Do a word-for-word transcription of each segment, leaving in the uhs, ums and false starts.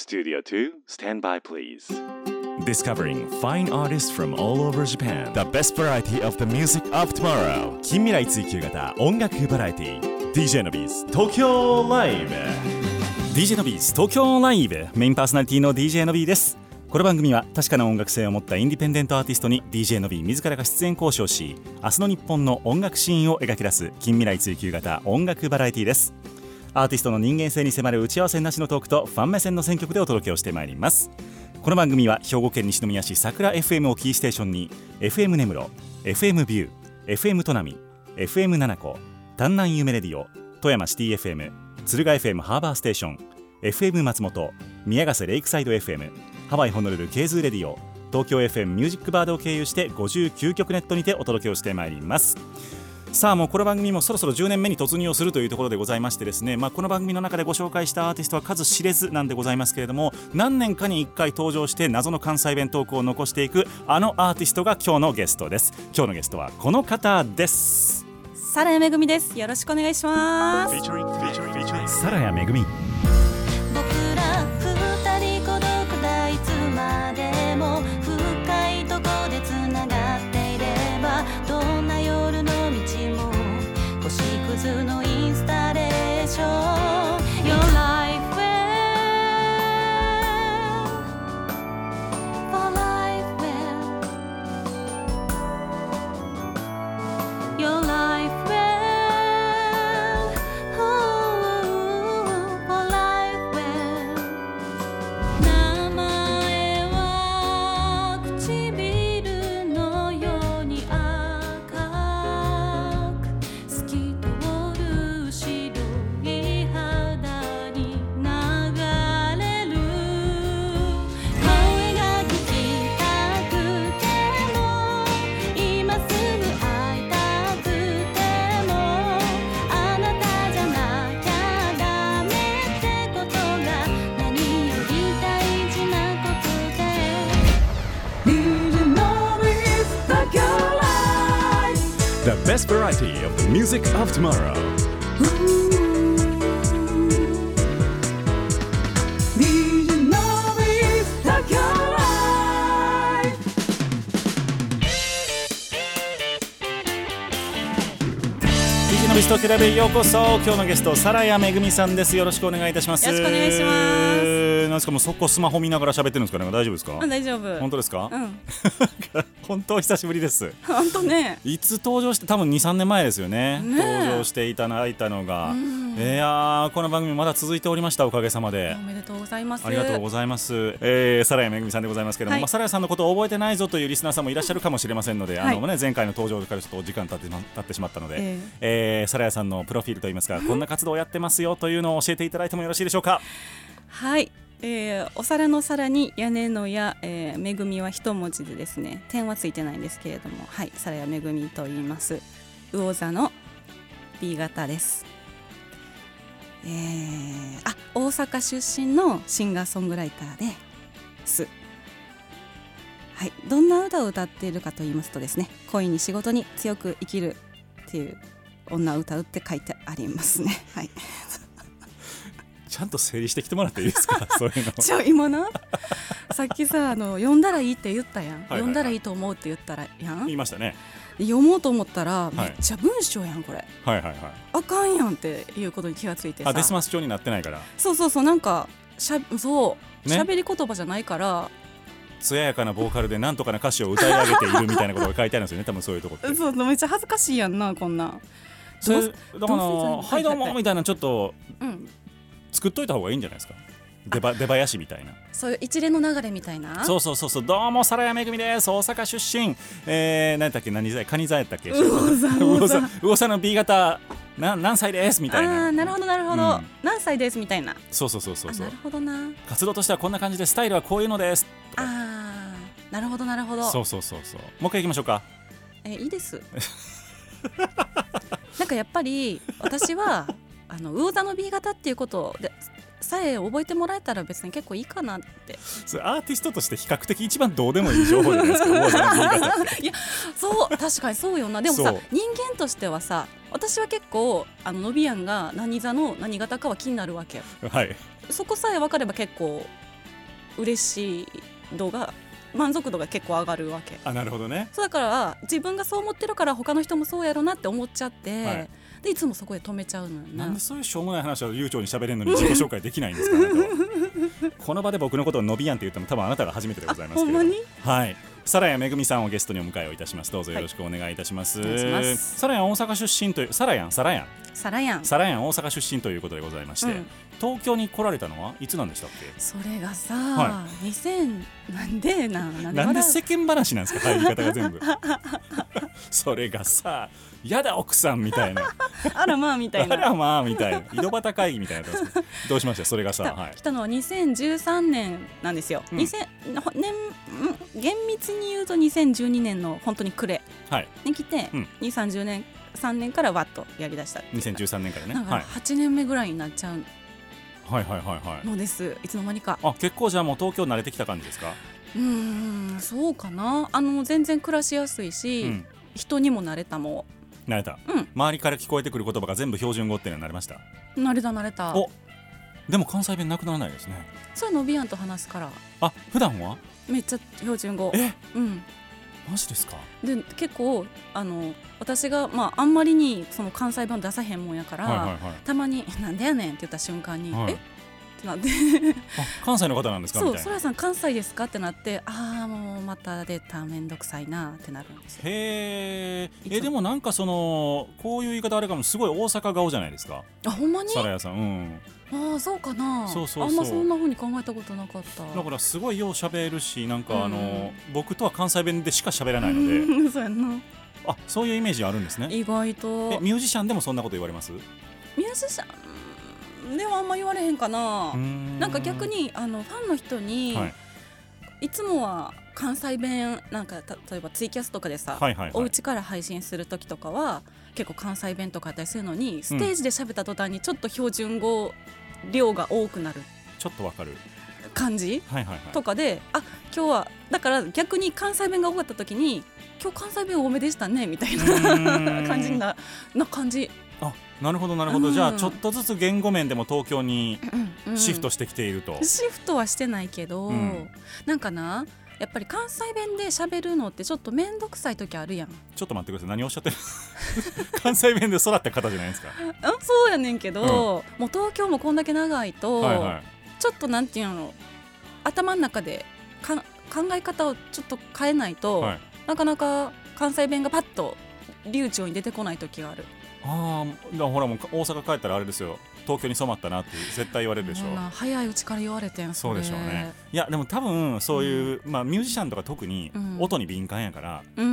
Studio two, stand by please. Discovering fine artists from all over Japan. The best variety of the music of tomorrow. 近未来追求型音楽バラエティ ディージェー のビーズ東京ライブ ディージェー のビーズ東京ライブメインパーソナリティの ディージェー のビーです。この番組は確かな音楽性を持ったインディペンデントアーティストに ディージェー のビー自らが出演交渉し、明日の日本の音楽シーンを描き出す近未来追求型音楽バラエティです。アーティストの人間性に迫る打ち合わせなしのトークとファン目線の選曲でお届けをしてまいります。この番組は兵庫県西宮市桜 エフエム をキーステーションに エフエム 根室、エフエム ビュー、エフエム 砺波、エフエム 七子、丹南夢レディオ、富山シティ エフエム、敦賀 エフエム ハーバーステーション、エフエム 松本、宮ヶ瀬レイクサイド エフエム、ハワイホノルルケーズーレディオ、東京 エフエム ミュージックバードを経由してごじゅうきゅうきょくネットにてお届けをしてまいります。さあもうこの番組もそろそろじゅうねんめに突入をするというところでございましてですね、まあ、この番組の中でご紹介したアーティストは数知れずなんでございますけれども、何年かにいっかい登場して謎の関西弁トークを残していくあのアーティストが今日のゲストです。今日のゲストはこの方です。 サラヤめぐみです。よろしくお願いします。 サラヤめぐみ。 僕ら二人孤独だ、いつまでも深いとこでつながっていれば、どんな夜の道も星屑のインスタレーション Your life well For life well Your life well For life well 名前は唇のように赤く透き通る白い肌に流れる声が聞きたくても今すぐ会いたくてもあなたじゃなきゃダメってことが何より大事なことで Do you know it's like your life The best variety of the music of tomorrow. Do you know it's like your life ディージェー のビストクラブへようこそ。今日のゲストサラヤめぐみさんです。よろしくお願いいたします。 よろしくお願いします。 なんですかもうそこスマホ見ながら喋ってるんですかね。大丈夫ですか。 うん、大丈夫。 本当ですか。 うん本当久しぶりです。 本当ね。 いつ登場して多分 にさんねんまえですよ ね, ねえ登場していただいたのが、 うん、 いやーこの番組まだ続いておりました。おかげさまでおめでとうございます。 ありがとうございます、えー、サラヤめぐみさんでございますけども、 はいまあ、サラヤさんのことを覚えてないぞというリスナーさんもいらっしゃるかもしれませんので、 はいあのね、前回の登場からちょっとお時間経って経ってしまったので、 ええー、サラヤさんのプロフィールといいますかこんな活動をやってますよというのを教えていただいてもよろしいでしょうか。 はい、えー、お皿の皿に屋根のや、えー、めぐみは一文字でですね、点はついてないんですけれども、はい、サラヤめぐみと言います。魚座の ビー 型です。えー、あ、大阪出身のシンガーソングライターです。はい、どんな歌を歌っているかと言いますとですね、恋に仕事に強く生きるっていう女を歌うって書いてありますね。はい。 ちゃんと整理してきてもらっていいですかそういうのちょ今なさっきさあの読んだらいいって言ったやん、 はいはいはい、 読んだらいいと思うって言ったらやん言いましたね。 読もうと思ったら、 いめっちゃ文章やんこれ、 はいはいはい。 あかんやんっていうことに気がついてさ、 あデスマス調になってないからそうそうそう、なんかしゃそうね喋り言葉じゃないから艶やかなボーカルでなんとかな歌詞を歌い上げているみたいなことが書いてあるんですよね多分そういうとこって。 そうめっちゃ恥ずかしいやんなこんなん。 それだからどうせはいどうもみたいなちょっとうん作っといた方がいいんじゃないですか。出ば出囃子みたいな。 そういう一連の流れみたいな。 そうそうそうそう。どうもサラヤめぐみです。大阪出身。えー、何だっけ何座カニ座やったっけ。 魚座魚座魚座の ビー 型な何歳ですみたいな。 あーなるほどなるほど、 うん何歳ですみたいな。 そうそうそうそうそう。 あなるほどな。 活動としてはこんな感じでスタイルはこういうのです。 あーなるほどなるほど。 そうそうそうそう。もう一回行きましょうか。 えいいですなんかやっぱり私はあの魚座の ビー 型っていうことでさえ覚えてもらえたら別に結構いいかなって。 それアーティストとして比較的一番どうでもいい情報じゃないですか魚座の ビー 型っていやそう確かにそうよな。でもさそう人間としてはさ、私は結構あのノビアンが何座の何型かは気になるわけ。 はい。 そこさえ分かれば結構嬉しい度が満足度が結構上がるわけ。 あ、なるほどね。 そうだから自分がそう思ってるから他の人もそうやろなって思っちゃって、 はい、 でいつもそこで止めちゃうのよね。 なんでそういうしょうもない話を悠長に喋れるのに自己紹介できないんですか、あなたはこの場で僕のことをのびやんって言ったの多分あなたが初めてでございますけれども。 ほんまに？ はい、サラヤめぐみさんをゲストにお迎えをいたします。どうぞよろしくお願いいたします。 はい、お願いします。 サラヤン大阪出身というサラヤンサラヤンサラヤンサラヤン大阪出身ということでございまして、うん、東京に来られたのはいつなんでしたっけ？ それがさ、 はい、 にせんなんでななんでなんで世間話なんですか、入り方が全部それがさ、やだ奥さんみたいなあらまあみたいなあらまあみたいな井戸端会議みたいなどうしました？それがさ、 来た、はい、来たのはにせんじゅうさんねんなんですよ、うん、にせん年厳密に言うとにせんじゅうにねんの本当に暮れに来て、うん、にじゅう、さんじゅうねんさんねんからわっとやりだしたにせんじゅうさんねんからね。 だからはちねんめぐらいになっちゃうはいはいはいはいのです。いつの間にか。 あ、結構じゃあもう東京慣れてきた感じですか？ うーん、そうかな。あの全然暮らしやすいし、うん、人にも慣れた。もう慣れた、 うん、 周りから聞こえてくる言葉が全部標準語っていうのは慣れました？ 慣れた慣れた。 お、でも関西弁なくならないですね。 それのびやんと話すから。 あ、普段はめっちゃ標準語。 え、 うん、 マジですか？ で結構あの私が、まあ、あんまりにその関西弁を出さへんもんやから、はいはいはい、たまになんでやねんって言った瞬間に、はい、えってなってあ、関西の方なんですか？ そう、 みたいな。 そらさん関西ですかってなって、ああもうまた出ためんどくさいなってなるんですよ。 へえ。でもなんかそのこういう言い方あれかも、すごい大阪顔じゃないですか。 あ、ほんまに？ サラヤさん、うん、 ああそうかな。 そうそうそう、 あんまそんな風に考えたことなかった。 だからすごいよう喋るし、なんかあの、うん、僕とは関西弁でしか喋らないのでそうやんな。 あ、そういうイメージあるんですね。 意外と。 え、ミュージシャンでもそんなこと言われます？ ミュージシャンではあんま言われへんかな。んなんか逆にあのファンの人に、はい、いつもは関西弁なんか例えばツイキャスとかでさ、はいはいはい、お家から配信する時とかは結構関西弁とかあったりするのに、ステージで喋った途端にちょっと標準語量が多くなる、 ちょっとわかる感じ、 はいはいはい、 とかで、あ、今日はだから逆に関西弁が多かった時に、今日関西弁多めでしたねみたいな感じなな感じ。 あ、なるほどなるほど、うん、じゃあちょっとずつ言語面でも東京にシフトしてきていると、うんうん、シフトはしてないけど、うん、なんかな、やっぱり関西弁で喋るのってちょっと面倒くさい時あるやん。ちょっと待ってください、何をおっしゃってる関西弁で育った方じゃないですか。 あ、そうやねんけど、うん、もう東京もこんだけ長いと、はいはい、ちょっとなんていうの、頭の中でか考え方をちょっと変えないと、はい、なかなか関西弁がパッと流暢に出てこない時がある。 ああ、ほらもう大阪帰ったらあれですよ、東京に染まったなって絶対言われるでしょ。 早いうちから言われてん。 そうでしょうね。いやでも多分そういう、うん、まあミュージシャンとか特に音に敏感やから、うん、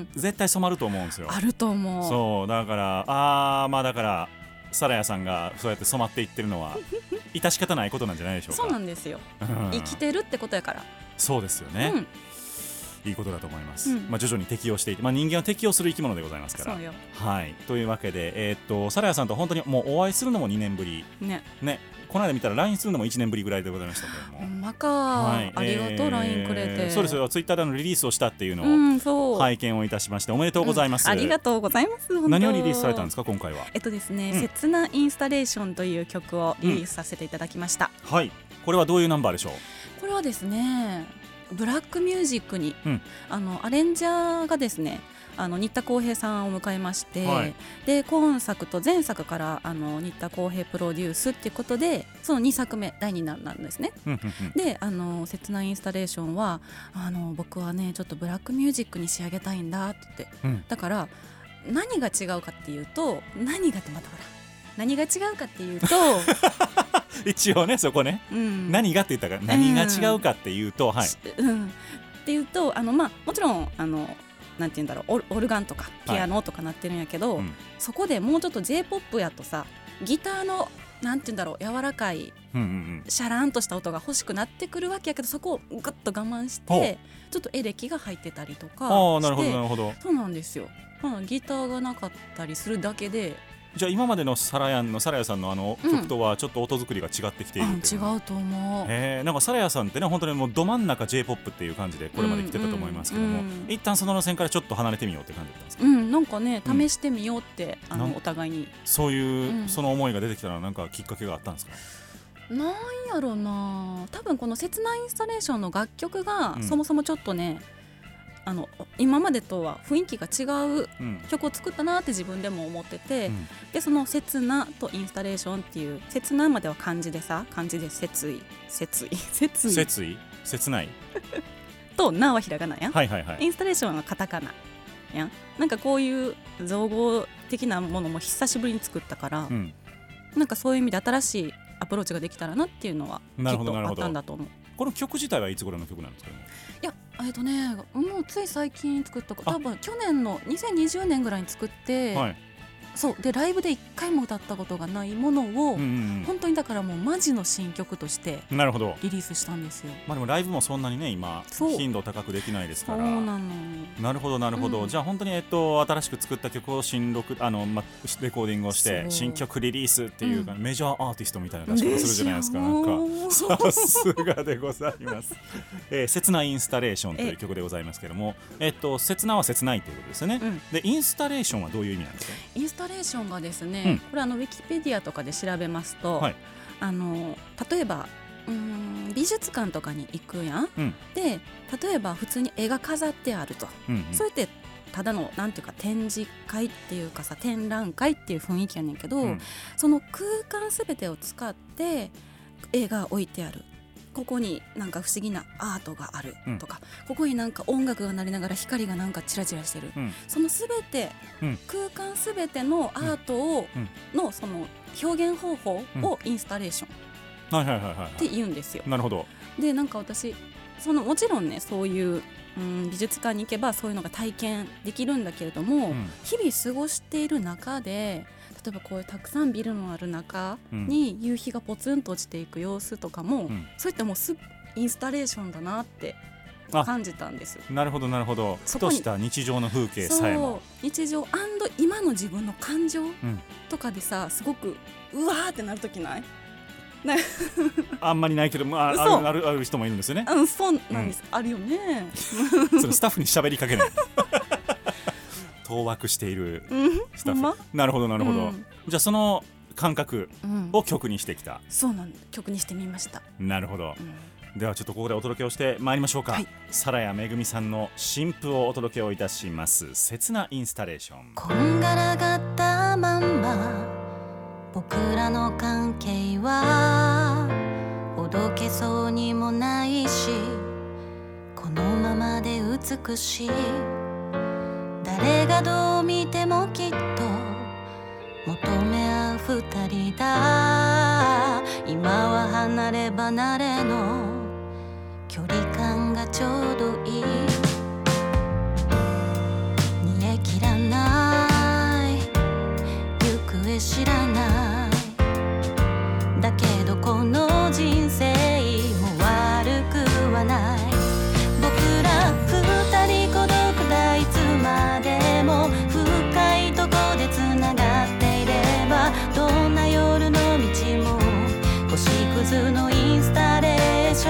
絶対染まると思うんですよ。 あると思う。 そうだから、ああまあだからサラヤさんがそうやって染まっていってるのは致し方ないことなんじゃないでしょうか。 そうなんですよ、うん、生きてるってことやから。 そうですよね、うん、いいことだと思います、うん、まあ、徐々に適応していて、まあ、人間は適応する生き物でございますから。 そうよ。 はい、というわけで、えー、っとサラヤさんと本当にもうお会いするのもにねんぶり、ねね、この間見たら ライン するのもいちねんぶりぐらいでございましたけども。 ほんまか、はい、ありがとう、えー、ライン くれて。そうですよ、ツイッターでのリリースをしたっていうのを拝見をいたしまして、おめでとうございます、 うん、ありがとうございます。本当。 何をリリースされたんですか今回は？ えっとですね、うん、切なインスタレーションという曲をリリースさせていただきました、 うん、はい。これはどういうナンバーでしょう？ これはですね、ブラックミュージックに、うん、あのアレンジャーがですね、あの新田浩平さんを迎えまして、はい、で今作と前作からあの新田浩平プロデュースっていうことで、そのにさくめだいに弾なんですねで、あの切なインスタレーションはあの僕はねちょっとブラックミュージックに仕上げたいんだって言って、うん、だから何が違うかっていうと、何がってまたほら何が違うかっていうと一応ねそこね、うん、何がって言ったから何が違うかっていうと、うん、はい、うん、 っていうと、あの、まあ、もちろんあのなんて言うんだろう、オルガンとかピアノとかなってるんやけど、はい、うん、そこでもうちょっと J-ポップ やとさ、ギターのなんて言うんだろう、柔らかい、うんうんうん、シャラーンとした音が欲しくなってくるわけやけど、そこをグッと我慢してちょっとエレキが入ってたりとかして。 あ、なるほどなるほど。 そうなんですよ、まあ、ギターがなかったりするだけで。 じゃあ今までのサラヤンのサラヤさんのあの曲とはちょっと音作りが違ってきているっていう、 うん、違うと思う。 へー、なんかサラヤさんってね本当にもうど真ん中 J-ポップ っていう感じでこれまで来てたと思いますけども、うんうん、一旦その路線からちょっと離れてみようって感じだったんですか？ うん、なんかね試してみようって、うん、あのお互いにそういう、うん、その思いが出てきたのはなんかきっかけがあったんですか？ なんやろな、多分この切ないインスタレーションの楽曲が、 うんそもそもちょっとねあの今までとは雰囲気が違ううん曲を作ったなって自分でも思ってて、 うんでその切なとインスタレーションっていう切なまでは漢字でさ漢字で切意切意切意切意切ないとなはひらがなやん、 はいはいはいインスタレーションはカタカナやん。なんかこういう造語的なものも久しぶりに作ったから、 うんなんかそういう意味で新しいアプローチができたらなっていうのはきっなるほどなるとあほどったんだと思う。 この曲自体はいつ頃の曲なんですかね。 いやえっとねもうつい最近作ったあ多分去年のにせんにじゅうねんぐらいに作って、 はいそうでライブでいっかいも歌ったことがないものを、 うんうん本当にだからもうマジの新曲としてうんなるほど。 リリースしたんですよ。 まあでもライブもそんなにね今そう頻度高くできないですそうからなの。 なるほどなるほど、 うんじゃあ本当にえっと新しく作った曲を新録あの、ま、レコーディングをしてそう新曲リリースっていうか、 うメジャーアーティストみたいな出し方するじゃないですか。なんかかさすがでございます、えー、切なインスタレーションという曲でございますけども、えっと切なは切ないということですよね、 うんでインスタレーションはどういう意味なんですか。 インスタレーションがですね、 うんこれあのウィキペディアとかで調べますと、 はいあの例えばうーん美術館とかに行くやん、 うんで例えば普通に絵が飾ってあると、 うんうんそれってただのなんていうか展示会っていうかさ展覧会っていう雰囲気やねんけど、 うんその空間すべてを使って絵が置いてある、ここになんか不思議なアートがあるとか、ここになんか音楽が鳴りながら光がなんかチラチラしてる、 うんそのすべて、 うん空間すべてのアートを、 うんのその表現方法をインスタレーションっはいはいはいはい、はて言うんですよ。 い、なるほど。 でなんか私そのもちろんねそういう、うん、美術館に行けばそういうのが体験できるんだけれども、 うん日々過ごしている中で例えばこういうたくさんビルのある中に夕日がポツンと落ちていく様子とかも、 うんそういったもうすインスタレーションだなってあ感じたんです。 なるほどなるほど。ふそことにした日常の風景さえそうも日常今の自分の感情んとかでさすごくうわーってなるときない？なあんまりないけど、まあ、あそうるあるある人もいるんですよね。 うんそうなんです、あるよね。 そのスタッフに喋りかけない当惑しているうんスタッフ、 ほんまなるほどなるほど、 うんじゃあその感覚うんを曲にしてきた、 そうなん曲にしてみました。 なるほど、 うんではちょっとここでお届けをしてまいりましょうか、 はいサラヤめぐみさんの新譜をお届けをいたします切なインスタレーション。 こんがらがったまんま僕らの関係はおどけそうにもないしこのままで美しい誰がどう見てもきっと求め合う二人だ今は離れ離れの距離感がちょうどいい煮え切らない行方知らないだけどこの人生も悪くはない僕ら二人孤独だいつまでも深いとこでつながっていればどんな夜の道も星屑のインスタレーシ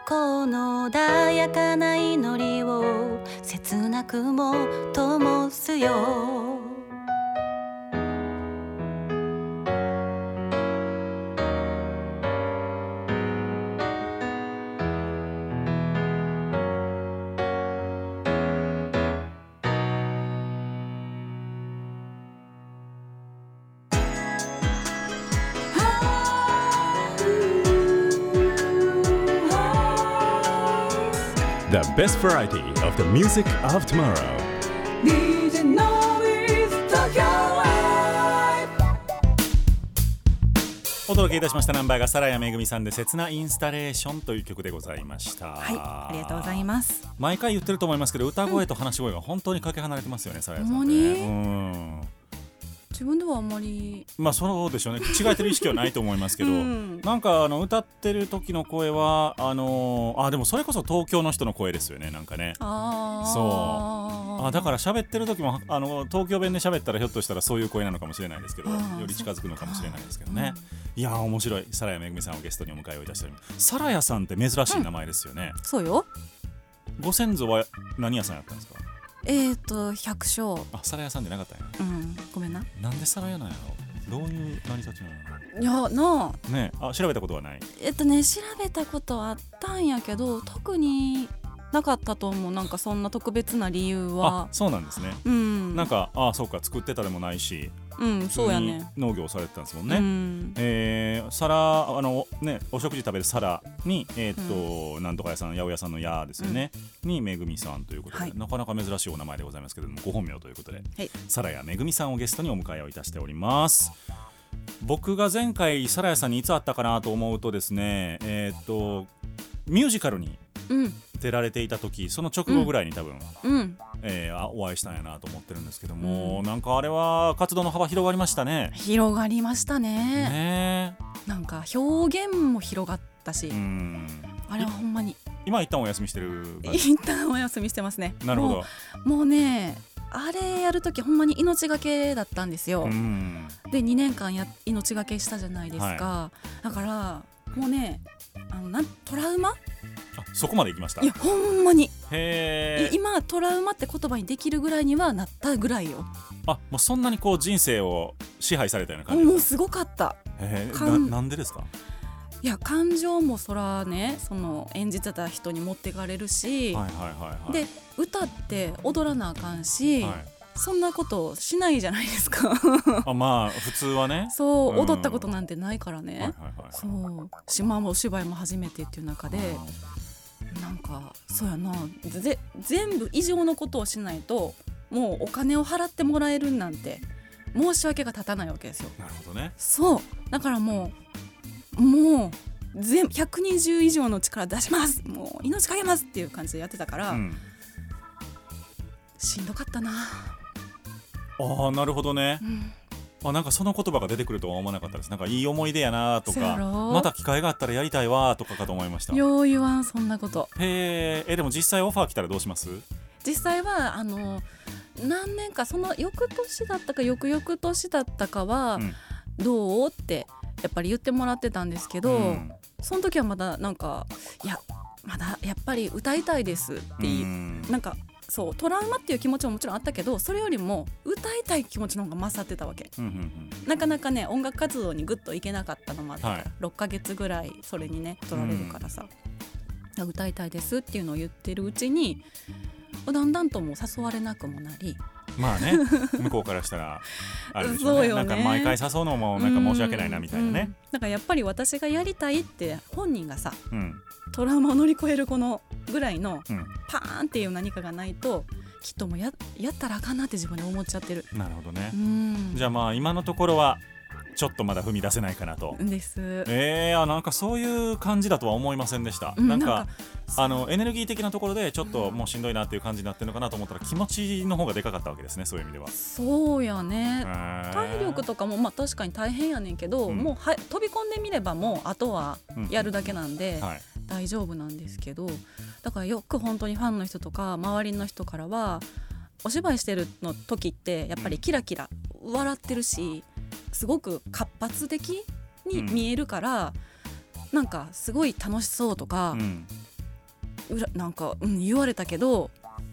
この穏やかな祈りを切なくも灯すよ。 The best variety of the music of tomorrow. ディージェー の with Tokyo Live。 お届けいたしましたナンバーがサラヤめぐみさんで切なインスタレーションという曲でございました。 はい、ありがとうございます。 毎回言ってると思いますけど、歌声と話し声が本当にかけ離れてますよね、サラヤさんね。 ほんまにうん、 自分ではあんまりまあそうでしょうね、違えてる意識はないと思いますけど、 うん、 なんかあの歌ってる時の声はあのー、あでもそれこそ東京の人の声ですよね、なんかね。 あそうあだから喋ってる時もあの東京弁で喋ったらひょっとしたらそういう声なのかもしれないですけど、より近づくのかもしれないですけどね。いやー面白い。サラヤめぐみさんをゲストにお迎えをいたしております。サラヤさんって珍しい名前ですよね、 うん、そうよ。 ご先祖は何屋さんやったんですか？ えーと百姓。 あ、サラヤさんじゃなかったんや。 うん、ごめんな。 なんでサラヤなんやろ。どういう成り立ちなの？ いやなあねあ調べたことはない。 えっとね調べたことあったんやけど特になかったと思う。なんかそんな特別な理由は。 あ、そうなんですね。 うん、 なんかあそうか作ってたでもないし、 うん、そうやね。 農業をされてたんですもんね。 うん、 えー、皿あのねお食事食べる皿にえー、っと、うん、なんとか屋さん八百屋さんの屋ですよね、うん、にめぐみさんということで、はい、なかなか珍しいお名前でございますけれどもご本名ということで、はい、サラヤめぐみさんをゲストにお迎えをいたしております。僕が前回サラヤさんにいつ会ったかなと思うとですね、えー、っとミュージカルに出られていた時、その直後ぐらいに多分、うんえー、お会いしたんやなと思ってるんですけども、うん、なんかあれは活動の幅広がりましたね。 広がりましたね。 ねなんか表現も広がったし、 うんあれはほんまに今一旦お休みしてる。 一旦お休みしてますね。 なるほど。 もう、もうねあれやるときほんまに命がけだったんですよ、うん、でにねんかんや命がけしたじゃないですか、はい、だからもうねあのなんトラウマあそこまで行きました。 いやほんまにへ今トラウマって言葉にできるぐらいにはなったぐらいよ。 あもうそんなにこう人生を支配されたような感じ。 もうすごかった。 へな, なんでですか？ いや感情もそらねその演じてた人に持ってかれるし、 はいはいはいはい、 で歌って踊らなあかんし、はい、そんなことしないじゃないですかあまあ普通はねそう、うん、踊ったことなんてないからね、はいはいはいはい、そう島もお芝居も初めてっていう中でなんかそうやなぜ全部以上のことをしないともうお金を払ってもらえるなんて申し訳が立たないわけですよ。 なるほどね。 そうだからもうもう全ひゃくにじゅう以上の力出します、もう命かけますっていう感じでやってたから、うん、しんどかったな。 ああなるほどね、うんあなんかその言葉が出てくるとは思わなかったです。なんかいい思い出やなとかまた機会があったらやりたいわとかかと思いました。 よう言わんそんなこと。 へえでも実際オファー来たらどうします？ 実際はあの何年かその翌年だったか翌々年だったかは、うん、どうってやっぱり言ってもらってたんですけど、うん、その時はまだなんかいやまだやっぱり歌いたいですっていう、うん、なんかそうトラウマっていう気持ちももちろんあったけどそれよりも歌いたい気持ちの方が勝ってたわけ、うんうんうん、なかなかね音楽活動にグッといけなかったのもあって、はい、ろっかげつぐらいそれにね取られるからさ、うん、歌いたいですっていうのを言ってるうちにだんだんとも誘われなくもなりまあね向こうからしたらあれでしょう ね, うねなんか毎回誘うのもなんか申し訳ないなみたいなね、うんうん、 なんかやっぱり私がやりたいって本人がさ、うん、トラウマを乗り越えるこのぐらいのパーンっていう何かがないときっともう や, やったらあかんなって自分で思っちゃってる。 なるほどね、うん、じゃあまあ今のところはちょっとまだ踏み出せないかなとです。 えー、なんかそういう感じだとは思いませんでした、うん、なんか、なんかあのエネルギー的なところでちょっともうしんどいなっていう感じになってるのかなと思ったら気持ちの方がでかかったわけですね。そういう意味ではそうやね、体力とかもまあ確かに大変やねんけど、うん、もうは飛び込んでみればもうあとはやるだけなんで、うんはい、大丈夫なんですけどだからよく本当にファンの人とか周りの人からはお芝居してるの時ってやっぱりキラキラ笑ってるしすごく活発的に見えるから、うん、なんかすごい楽しそうとか、うん、 うらなんか、うん、言われたけど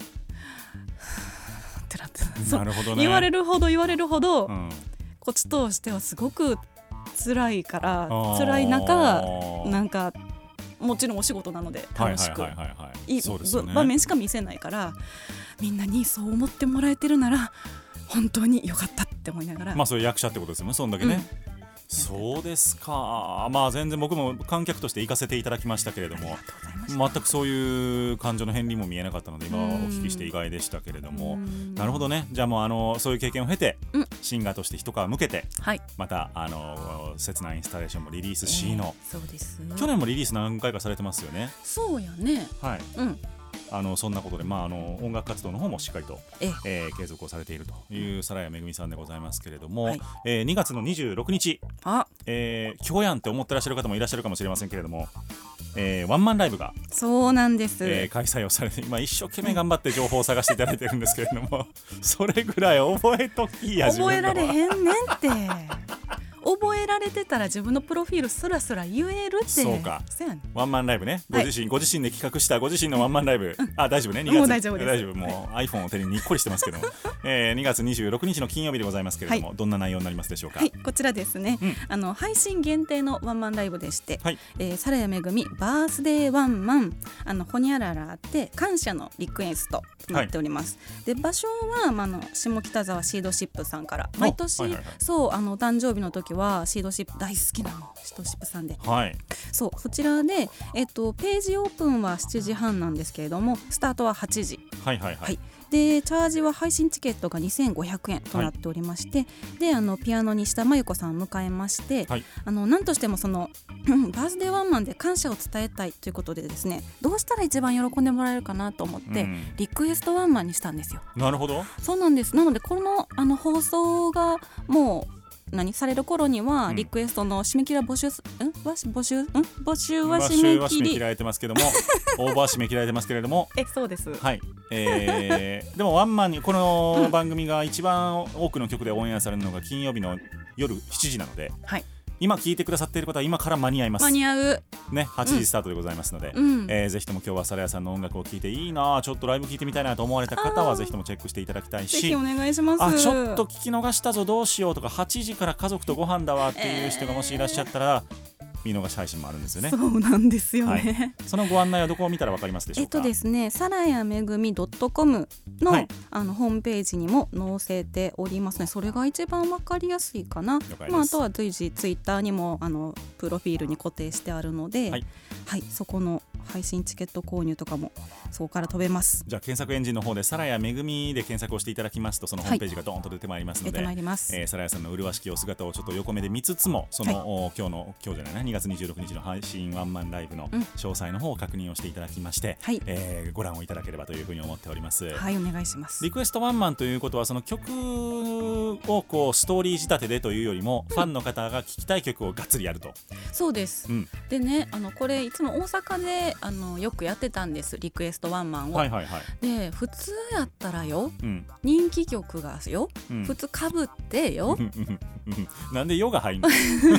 ってなってなるほどね。 言われるほど言われるほど、 うん、 こっちとしてはすごく辛いから辛い中なんかもちろんお仕事なので楽しくいい場面しか見せないからみんなにそう思ってもらえてるなら本当に良かったって思いながらまあそういう役者ってことですよねそんだけね、うん、そうですか。まあ全然僕も観客として行かせていただきましたけれども全くそういう感情の片鱗も見えなかったので今お聞きして意外でしたけれどもなるほどね。じゃあもうあのそういう経験を経て、うん、シンガーとして一皮向けて、はい、またあの切ないインスタレーションもリリースしの、 えー、そうです去年もリリース何回かされてますよね。 そうやね、 はい、うんあのそんなことで、まあ、あの音楽活動の方もしっかりと、ええー、継続をされているという皿谷めぐみさんでございますけれども、はいえー、にがつのにじゅうろくにちあ、えー、今日やんって思ってらっしゃる方もいらっしゃるかもしれませんけれども、えー、ワンマンライブがそうなんです、 えー、開催をされて今一生懸命頑張って情報を探していただいてるんですけれどもそれぐらい覚えときや覚えられへんねんって覚えられてたら自分のプロフィールすらすら言えるってそうかそうやねワンマンライブねご自身、はい、ご自身で企画したご自身のワンマンライブ、うん、あ大丈夫ねにがつもう大丈夫です大丈夫もう、はい、iPhone を手ににっこりしてますけども、えー、にがつにじゅうろくにちの金曜日でございますけれども、はい、どんな内容になりますでしょうか。 はいこちらですね、うん、あの配信限定のワンマンライブでして、はいえー、皿谷めぐみバースデーワンマンあのほにゃららって感謝のリクエストとなっております、はい、で場所は、まあ、の下北沢シードシップさんから毎年、はいはいはい、そうあのお誕生日の時はシードシップ大好きなのシードシップさんで、はい、そうそちらで、えっと、ページオープンはしちじはんなんですけれどもスタートははちじ、はいはいはいはい、でチャージは配信チケットがにせんごひゃくえんとなっておりまして、はい、であのピアノに下真由子さんを迎えまして、はい、あの何としてもそのバースデーワンマンで感謝を伝えたいということでですねどうしたら一番喜んでもらえるかなと思って、うん、リクエストワンマンにしたんですよ。 なるほどそうなんです。なのでこの、あの放送がもう何される頃にはリクエストの締め切りは募集す、うん、募集、うん、募集は締め切り募集は締め切られてますけどもオーバー締め切られてますけれどもえそうですはい、えー、でもワンマンにこの番組が一番多くの曲でオンエアされるのが金曜日の夜しちじなので、はい今聞いてくださっている方は今から間に合います間に合うねはちじスタートでございますので、うんえー、ぜひとも今日は皿谷さんの音楽を聴いていいなちょっとライブ聴いてみたいなと思われた方はぜひともチェックしていただきたいしぜひお願いします。 あちょっと聞き逃したぞどうしようとかはちじから家族とご飯だわっていう人がもしいらっしゃったら、えー見逃し配信もあるんですよね。 そうなんですよね、 はい、そのご案内はどこを見たらわかりますでしょうか。 えっとですねさらやめぐみ .com の、はい、あのホームページにも載せておりますね。それが一番わかりやすいかな。まあ、あとは随時ツイッターにもあのプロフィールに固定してあるので、はいはい、そこの配信チケット購入とかもそこから飛べます。 じゃあ検索エンジンの方でさらやめぐみで検索をしていただきますとそのホームページがドーンと出てまいりますので、はい、えー、さらやさんの麗しきお姿をちょっと横目で見つつもその、はい、今日の今日じゃないなにがつにじゅうろくにちの配信ワンマンライブの詳細の方を確認をしていただきまして、うんえー、ご覧をいただければというふうに思っております。 はいお願いします。 リクエストワンマンということはその曲をこうストーリー仕立てでというよりも、うん、ファンの方が聴きたい曲をがっつりやると。 そうです、うん、でねあのこれいつも大阪であのよくやってたんですリクエストワンマンを、はいはいはい、で普通やったらよ、うん、人気曲がよ、うん、普通かぶってよなんでヨが入んの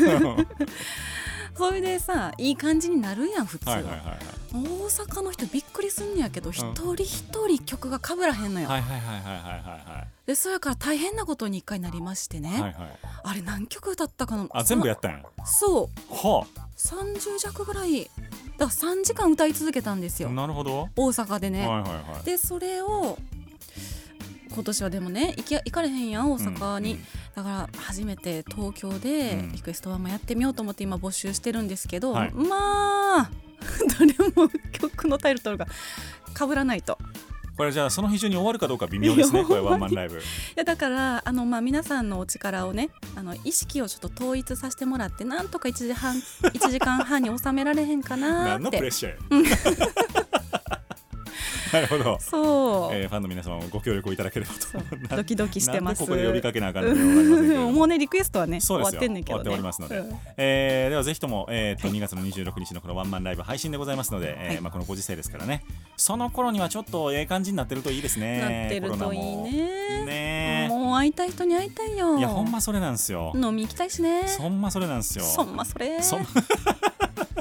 それでさいい感じになるやん普通は、はいはいはいはい、大阪の人びっくりすんのやけど、うん、一人一人曲がかぶらへんのよ。はいはいはいはいはいはいでそれから大変なことに一回なりましてね、はいはい、あれ何曲歌ったかなあ全部やったんや。 そう、はあ、さんじゅうじゃくぐらいだからさんじかん歌い続けたんですよ。 なるほど大阪でね、 はいはいはい、 でそれを今年はでもね 行, き行かれへんやん大阪に、うんうん、だから初めて東京でリクエストワンマンやってみようと思って今募集してるんですけど、はい、まあ誰も曲のタイトルが被らないと。 これじゃあその日中に終わるかどうか微妙ですねこれワンマンライブ。いやだからあの、まあ、皆さんのお力をねあの意識をちょっと統一させてもらってなんとかいちじはんいちじかんはんに収められへんかなって。 何のプレッシャーやなるほど。 そう、 えー、ファンの皆様もご協力をいただければとドキドキしてます。 なんでここで呼びかけなあかんのか分かりませんけどもうねリクエストはね終わってんねんけどね終わっておりますので、うんえー、ではぜひとも、えー、とにがつのにじゅうろくにちのこのワンマンライブ配信でございますので、はいえーまあ、このご時世ですからねその頃にはちょっとええ感じになってるといいですね。 なってるといいね。 ねもう会いたい人に会いたいよ。 いやほんまそれなんですよ。 飲み行きたいしね。 そんまそれなんですよ。 そんまそれそん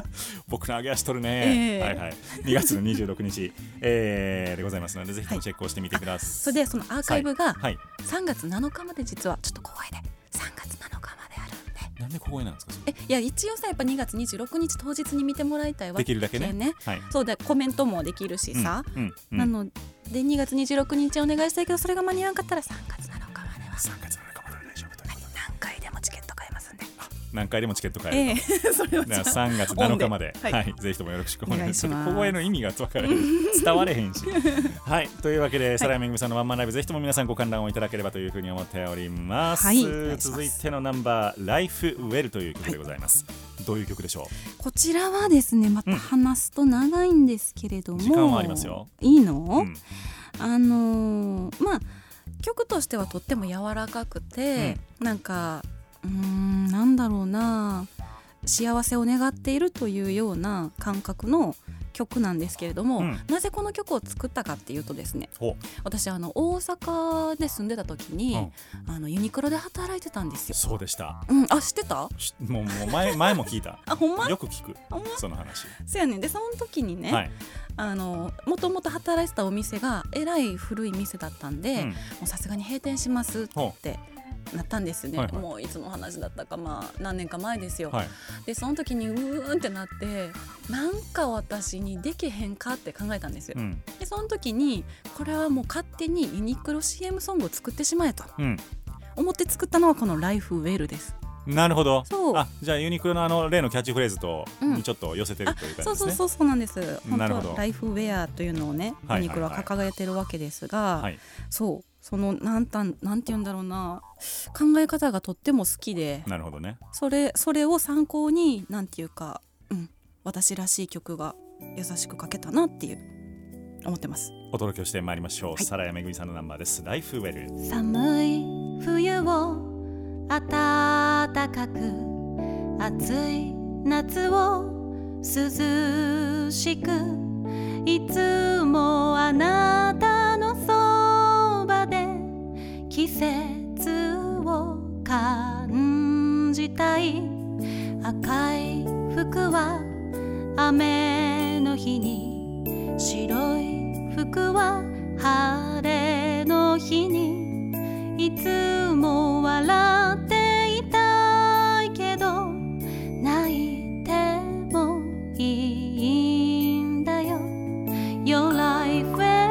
僕の上げ足取るね、 えーはいはい、にがつのにじゅうろくにち、えー、でございますのでぜひともチェックをしてみてください、はい、 それでそのアーカイブがはい、 さんがつなのかまで実はちょっと怖いでさんがつなのかまであるんで。 なんで小声なんですかそれ。 えいや一応さやっぱにがつにじゅうろくにち当日に見てもらいたいわけ、ね、 できるだけね、はい、 そうでコメントもできるしさ、 うんうんうん、 なのでにがつにじゅうろくにちお願いしたいけどそれが間に合わなかったらさんがつなのかまではさんがつなのかまでは大丈夫ということで、 何回でもチケット買えますんで。 何回でもチケット買えると、 えー、それはじゃあさんがつなのかまで、 はいはい、ぜひともよろしくお願いします。 お願いします。 小声の意味が分からない伝われへんしはい、というわけでサラヤめぐみさんのワンマンライブ、ぜひとも皆さんご観覧をいただければというふうに思っております、はい、続いてのナンバー Life Well という曲でございます、はい、どういう曲でしょう。 こちらはですねまた話すと長いんですけれども、うん、 時間はありますよ。 いいの、 うん、 あのー、まあ曲としてはとっても柔らかくて、うん、なんかうーんなんだろうな幸せを願っているというような感覚の曲なんですけれども、うん、なぜこの曲を作ったかっていうとですね、私あの大阪で住んでた時に、うん、あのユニクロで働いてたんですよ。 そうでした、 うん、あ知ってた？ もう、もう 前, 前も聞いたあほんま？ よく聞くその話。 そうやねんでその時にね、はい、あのもともと働いてたお店がえらい古い店だったんで、うん、もうさすがに閉店しますってなったんですね、はいはい、もういつの話だったか、まあ、何年か前ですよ、はい、でその時にうーんってなってなんか私にできへんかって考えたんですよ、うん、でその時にこれはもう勝手にユニクロ シーエム ソングを作ってしまえと、うん、思って作ったのはこの Life Well です。 なるほど。 そうあじゃあユニクロのあの例のキャッチフレーズとにちょっと寄せてるという感じですね、 うん、そうそうそうなんです。 なるほど。 本当ライフウェアというのをね、はいはいはい、ユニクロは掲げてるわけですが、はい、そうそのなんたんなんて言うんだろうな考え方がとっても好きで、 なるほどね。 それそれを参考になんていうか、うん、私らしい曲が優しく書けたなっていう思ってます。 お届けをしてまいりましょう。サラヤめぐみさんのナンバーです。ライフウェル。 寒い冬を暖かく暑い夏を涼しくいつもあなたのそばで季節を感じたい。赤い服は雨の日に白い服は晴れの日にいつも笑っていたいけど泣いてもいいんだよ Your life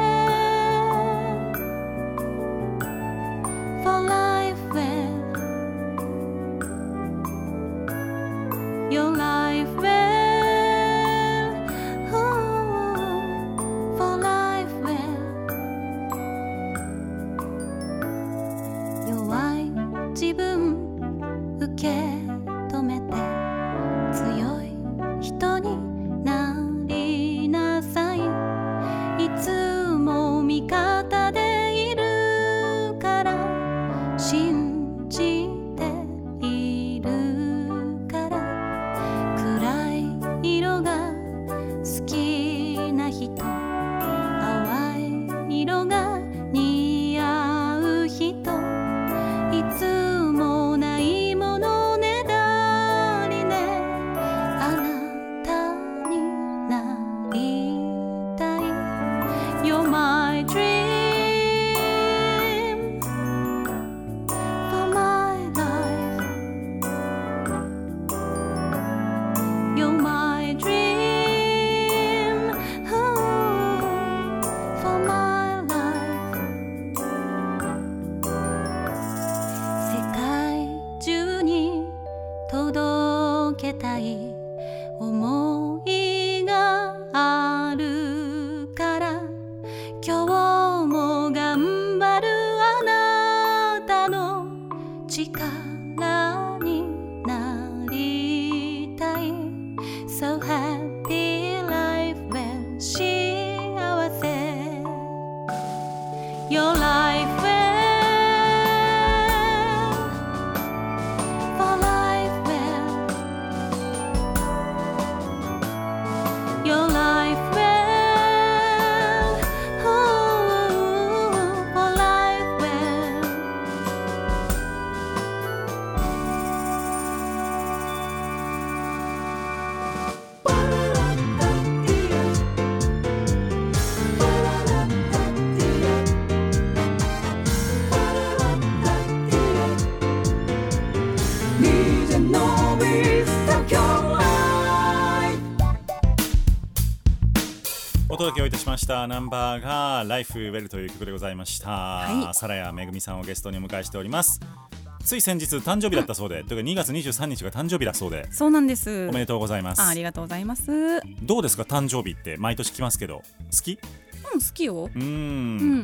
well For life well Your life well oh, For life well弱い自分受け止めて強い人になりなさい。いつも味方でいるから信じているから暗い色が好きな人淡い色が似合う人いつもないものねだりねあなたになりたい You're my dream For my life You're my dream oh, For my life世界中に届けたい思いがあるから今日も頑張るあなたの力になりたい So happy life well 幸せ Your life well For life well Your life well oh, For life well お届けをいたしましたナンバーがライフウェルという曲でございました、はい、サラヤめぐみさんをゲストにお迎えしております。つい先日誕生日だったそうで、うん、というかにがつにじゅうさんにちが誕生日だそうで。 そうなんです。 おめでとうございます。 あ, ありがとうございます。 どうですか誕生日って毎年来ますけど好き？ うん好きよ。 うーん、うん、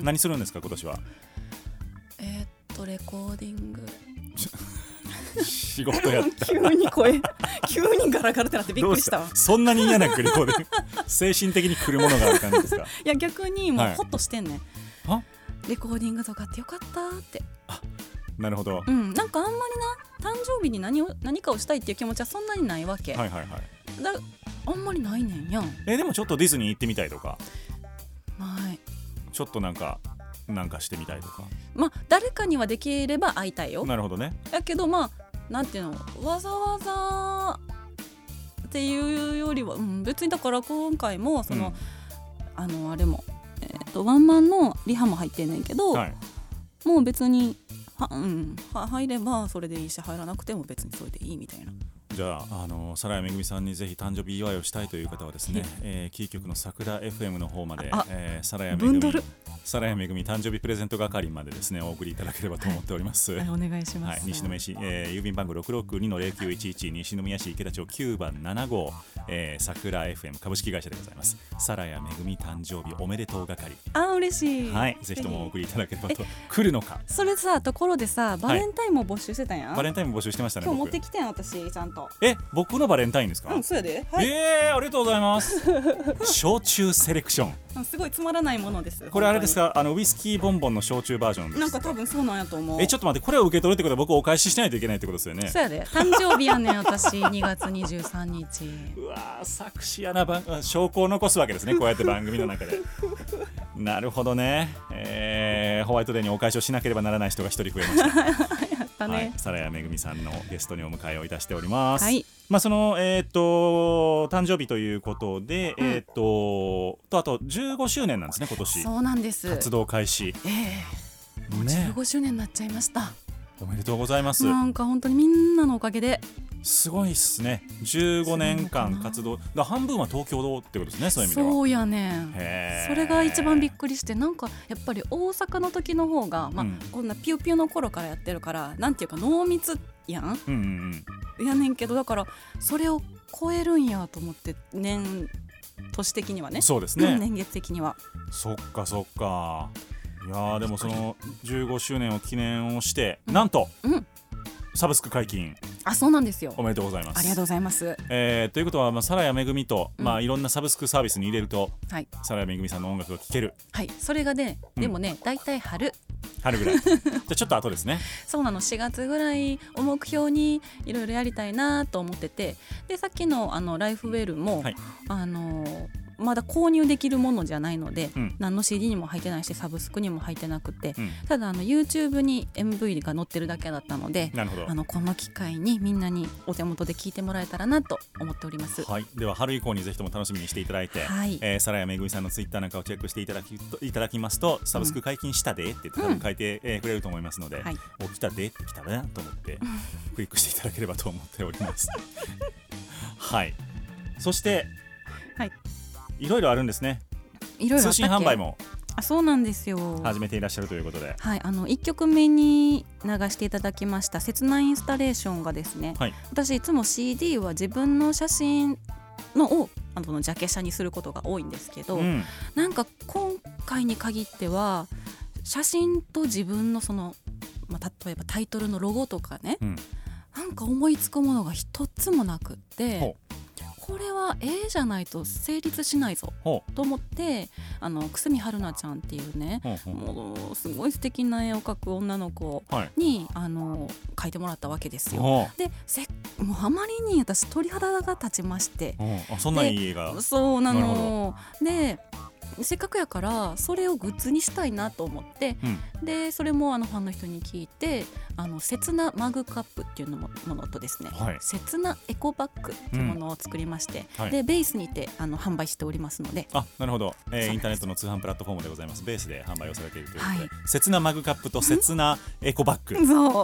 何するんですか今年は？ えー、っとレコーディング仕事やった急に声急にガラガラってなってびっくりしたわ。 そんなに嫌なレコーディング精神的に来るものがある感じですか？ いや逆にもうホッとしてんねん、 はい、 レコーディングとかってよかったって。 あなるほど、 うん、なんかあんまりな誕生日に 何, を何かをしたいっていう気持ちはそんなにないわけ。 はいはいはい。 だあんまりないねんやん。 えでもちょっとディズニー行ってみたいとかない。 ちょっとなんかなんかしてみたいとか。 まあ誰かにはできれば会いたいよ。 なるほどね。 だけどまあなんていうのわざわざっていうよりは、うん、別にだから今回もその、うん、あのあれも、えー、とワンマンのリハも入ってんねんけど、はい、もう別には、うん、は入ればそれでいいし入らなくても別にそれでいいみたいな。 じゃあ、あのサラヤめぐみさんにぜひ誕生日祝いをしたいという方はですね、えー、キー局の桜 エフエム の方まで、えー、サラヤめぐみサラヤめぐみ誕生日プレゼント係までですねお送りいただければと思っております。 はい、お願いします。 はい、西宮市、えー、郵便番号 ろくろくにのゼロきゅういちいち 西宮市池田町きゅうばんななごう、えー、桜 エフエム 株式会社でございます。サラヤめぐみ誕生日おめでとう係。 あ嬉しい。 はい、ぜひともお送りいただければと。来るのか。 それさところでさバレンタインも募集してたやん。はい、 バレンタインも募集してましたね。 今日持ってきてん私ちゃんと。 え僕のバレンタインですか？ うんそうやで。はい、 えー、ありがとうございます。焼酎セレクション。 すごいつまらないものです。 これあれですか？あのウイスキーボンボンの焼酎バージョンですか？ なんか多分そうなんやと思う。 えちょっと待ってこれを受け取るってことは僕お返ししないといけないってことですよね。 そうやで。誕生日やねん私にがつにじゅうさんにち。 うわー作詞やな証拠を残すわけですねこうやって番組の中で。なるほどね、えー、ホワイトデーにお返しをしなければならない人が一人増えました。やったね。はい、サラヤめぐみさんのゲストにお迎えをいたしております。はい。まあそのえっ、ー、と誕生日ということで、うん、えっ、ー、ととあとじゅうごしゅうねんなんですね今年。 そうなんです。 活動開始。 ええー、もうじゅうごしゅうねんになっちゃいました。 おめでとうございます。 なんか本当にみんなのおかげですごいっすね。じゅうごねんかん活動だ半分は東京ってことですね。そういう意味ではそうやねん。それが一番びっくりしてなんかやっぱり大阪の時の方が、まあうん、こんなピューピューの頃からやってるからなんていうか濃密やん、うんうんうん、やねんけどだからそれを超えるんやと思って年年的にはね。 そうですね年月的には。 そっかそっか。いやでもそのじゅうごしゅうねんを記念をして、うん、なんと、うん、サブスク解禁。 あそうなんですよ。 おめでとうございます。 ありがとうございます。 えー、ということは、まあ、サラヤめぐみと、うんまあ、いろんなサブスクサービスに入れると、はい、サラヤめぐみさんの音楽が聴ける。 はいそれがね、うん、でもねだいたい春春ぐらいじゃあちょっと後ですね。 そうなのしがつぐらいを目標にいろいろやりたいなと思っててでさっき の, あのライフウェルも、はい、あのまだ購入できるものじゃないので、うん、何の シーディー にも入ってないしサブスクにも入ってなくて、うん、ただあの YouTube に エムブイ が載ってるだけだったのでなるほどあのこの機会にみんなにお手元で聞いてもらえたらなと思っております。 はい、では春以降にぜひとも楽しみにしていただいて、はいえー、サラヤめぐみさんのツイッターなんかをチェックしていただきいただきますとサブスク解禁したでって言って多分書いて、うんえー、くれると思いますので、はい、お来たでって来たなと思ってクリックしていただければと思っております。はいそしてはいいろいろあるんですね。 いろいろあったっけ？ 通信販売もあそうなんですよ。 始めていらっしゃるということで、 はい、あのいっきょくめに流していただきました切なインスタレーションがですね、はい、私いつも シーディー は自分の写真のをあのジャケ写にすることが多いんですけど、うん、なんか今回に限っては写真と自分のその、まあ、例えばタイトルのロゴとかね、うん、なんか思いつくものが一つもなくってこれは絵じゃないと成立しないぞと思ってあの久住春菜ちゃんっていうねもうすごい素敵な絵を描く女の子に、はい、あの描いてもらったわけですよ。でせもうあまりに私鳥肌が立ちましてあそんないい絵がそうなのでせっかくやからそれをグッズにしたいなと思って、うん、でそれもあのファンの人に聞いてあの切なマグカップっていうのもものとですね、はい、切なエコバッグっていうものを作りまして、うんはい、でベースにてあの販売しておりますので。 あなるほど、えー、インターネットの通販プラットフォームでございます。ベースで販売をされているということで、はい、切なマグカップと切なエコバッグ、 そう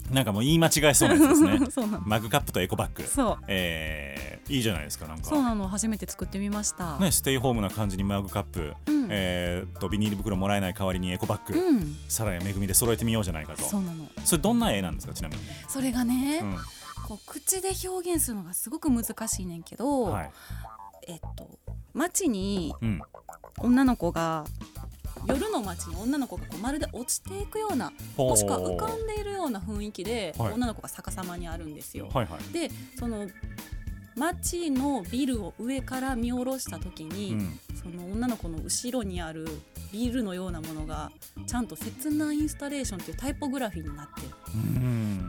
なんかもう言い間違えそうなやつですねそうなのマグカップとエコバッグそう、 えー、いいじゃないですか。なんかそうなの初めて作ってみました、 ね、ステイホームな感じにマグカップ、うんえー、とビニール袋もらえない代わりにエコバッグ、うん、サラやめぐみで揃えてみようじゃないかと。 そうなの。 それどんな絵なんですかちなみに。 それがね、 うん、 こう口で表現するのがすごく難しいねんけど、はい、えっと街に女の子が、うん、夜の街に女の子がこうまるで落ちていくようなもしくは浮かんでいるような雰囲気で、はい、女の子が逆さまにあるんですよ、はいはい、でその街のビルを上から見下ろした時に、うん、その女の子の後ろにあるビルのようなものがちゃんと切断インスタレーションというタイポグラフィーになってる、うん、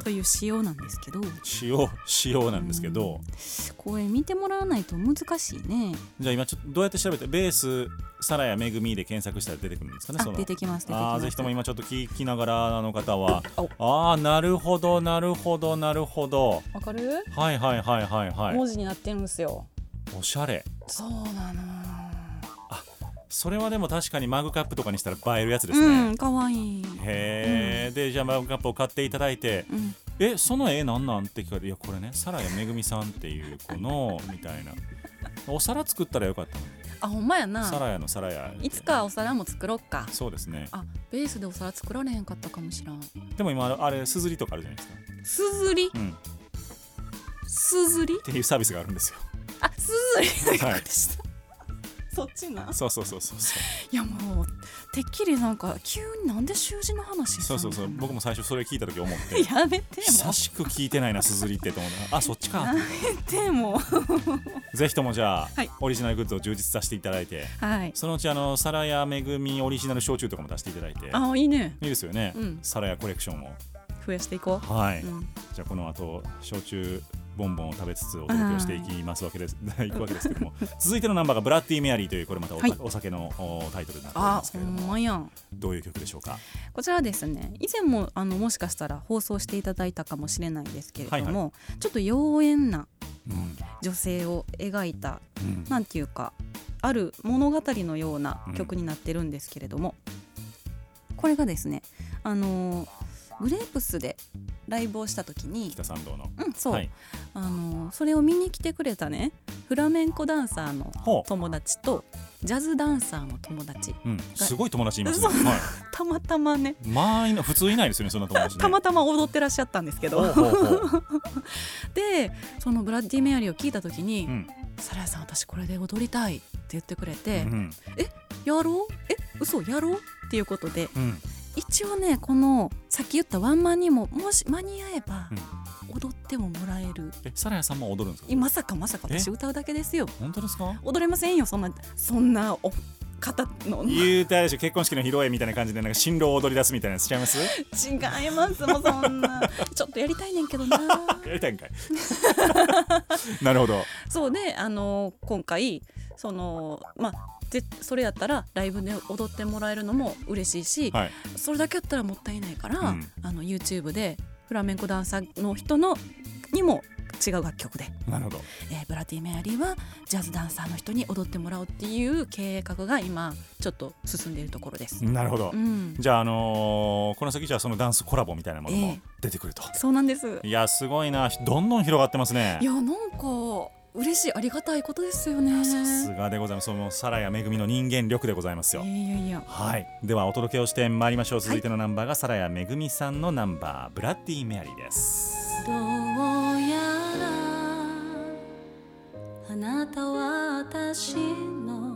という仕様なんですけど仕様仕様なんですけど、うん、 これ見てもらわないと難しいね。 じゃあ今ちょっとどうやって調べてベースサラやめぐみで検索したら出てくるんですかね。 あ、出てきます出てきます。 あ、ぜひとも今ちょっと聞きながらの方はああなるほどなるほどなるほどわかる。 はいはいはいはいはい。 文字になってるんですよ。 おしゃれ。 そうなの。 あ、それはでも確かにマグカップとかにしたら映えるやつですね。 うん、かわいい。 へえ、うん、でじゃあマグカップを買っていただいて、うん、えその絵なんなんって聞かれて、いやこれねサラやめぐみさんっていう子のみたいなお皿作ったらよかったの。 あ、ほんまやな。 サラヤのサラヤ。 いつかお皿も作ろっか。 そうですね。 あ、ベースでお皿作られへんかったかもしらん。 でも今あれすずりとかあるじゃないですか。 すずり、うん、すずりっていうサービスがあるんですよ。 あ、すずりがでした、はい、そっちな。 そうそうそうそうそう。 いやもうてっきりなんか急になんで習字の話。 そうそうそう。僕も最初それ聞いた時思ってやめてよ。 久しく聞いてないなすずりってと思った。あ、そっちか。 やめてもぜひともじゃあ、 はい、 オリジナルグッズを充実させていただいて、はい、そのうちあのサラヤめぐみオリジナル焼酎とかも出していただいて。 あ、いいね。 いいですよね、うん、サラヤコレクションを増やしていこう。 はい、うん、じゃあこの後焼酎ボンボンを食べつつお届けをしていきますわけですいくわけですけども続いてのナンバーがブラッディメアリーというこれまた お,、はい、お酒のタイトルになっておりますけれども、 あ、ほんまやん。 どういう曲でしょうか。 こちらですね、以前もあのもしかしたら放送していただいたかもしれないんですけれども、はいはい、ちょっと妖艶な女性を描いた、うん、なんていうかある物語のような曲になってるんですけれども、うん、これがですね、あのーグレープスでライブをした時に北参道の、 うん、そう、はい、あのそれを見に来てくれたねフラメンコダンサーの友達とジャズダンサーの友達、 うん、すごい友達いますね、はい、 たまたまね、 まあ普通いないですよねそんな友達ねたまたま踊ってらっしゃったんですけどほうほうほうでそのブラッディメアリーを聞いた時に、うん、サラヤさん私これで踊りたいって言ってくれて、うん、えやろうえ嘘やろうっていうことで、うん、一応ねこのさっき言ったワンマンにももし間に合えば、うん、踊ってももらえる。 え、サラヤさんも踊るんですか。 まさかまさか私歌うだけですよ。 本当ですか。 踊れませんよそんなそんなお方の言うてあれでしょ、結婚式の披露宴みたいな感じでなんか新郎を踊り出すみたいなやつしちゃいます。 違いますもうそんなちょっとやりたいねんけどなやりたいんかいなるほど。 そうで、あの今回そのまあでそれやったらライブで踊ってもらえるのも嬉しいし、はい、それだけやったらもったいないから、うん、あの YouTube でフラメンコダンサーの人のにも違う楽曲で、 なるほど、 えー、ブラッディメアリーはジャズダンサーの人に踊ってもらおうっていう計画が今ちょっと進んでいるところです。 なるほど、うん、じゃあ、あのー、この先じゃあそのダンスコラボみたいなものも出てくると、 えー、そうなんです。 いやすごいな、どんどん広がってますね。 いやなんか嬉しい、ありがたいことですよね。 さすがでございます。そのサラヤめぐみの人間力でございますよ。 いやいやいや、 はい、ではお届けをしてまいりましょう。続いてのナンバーがサラヤめぐみさんのナンバーブラッディメアリーです。 どうやらあなたは私の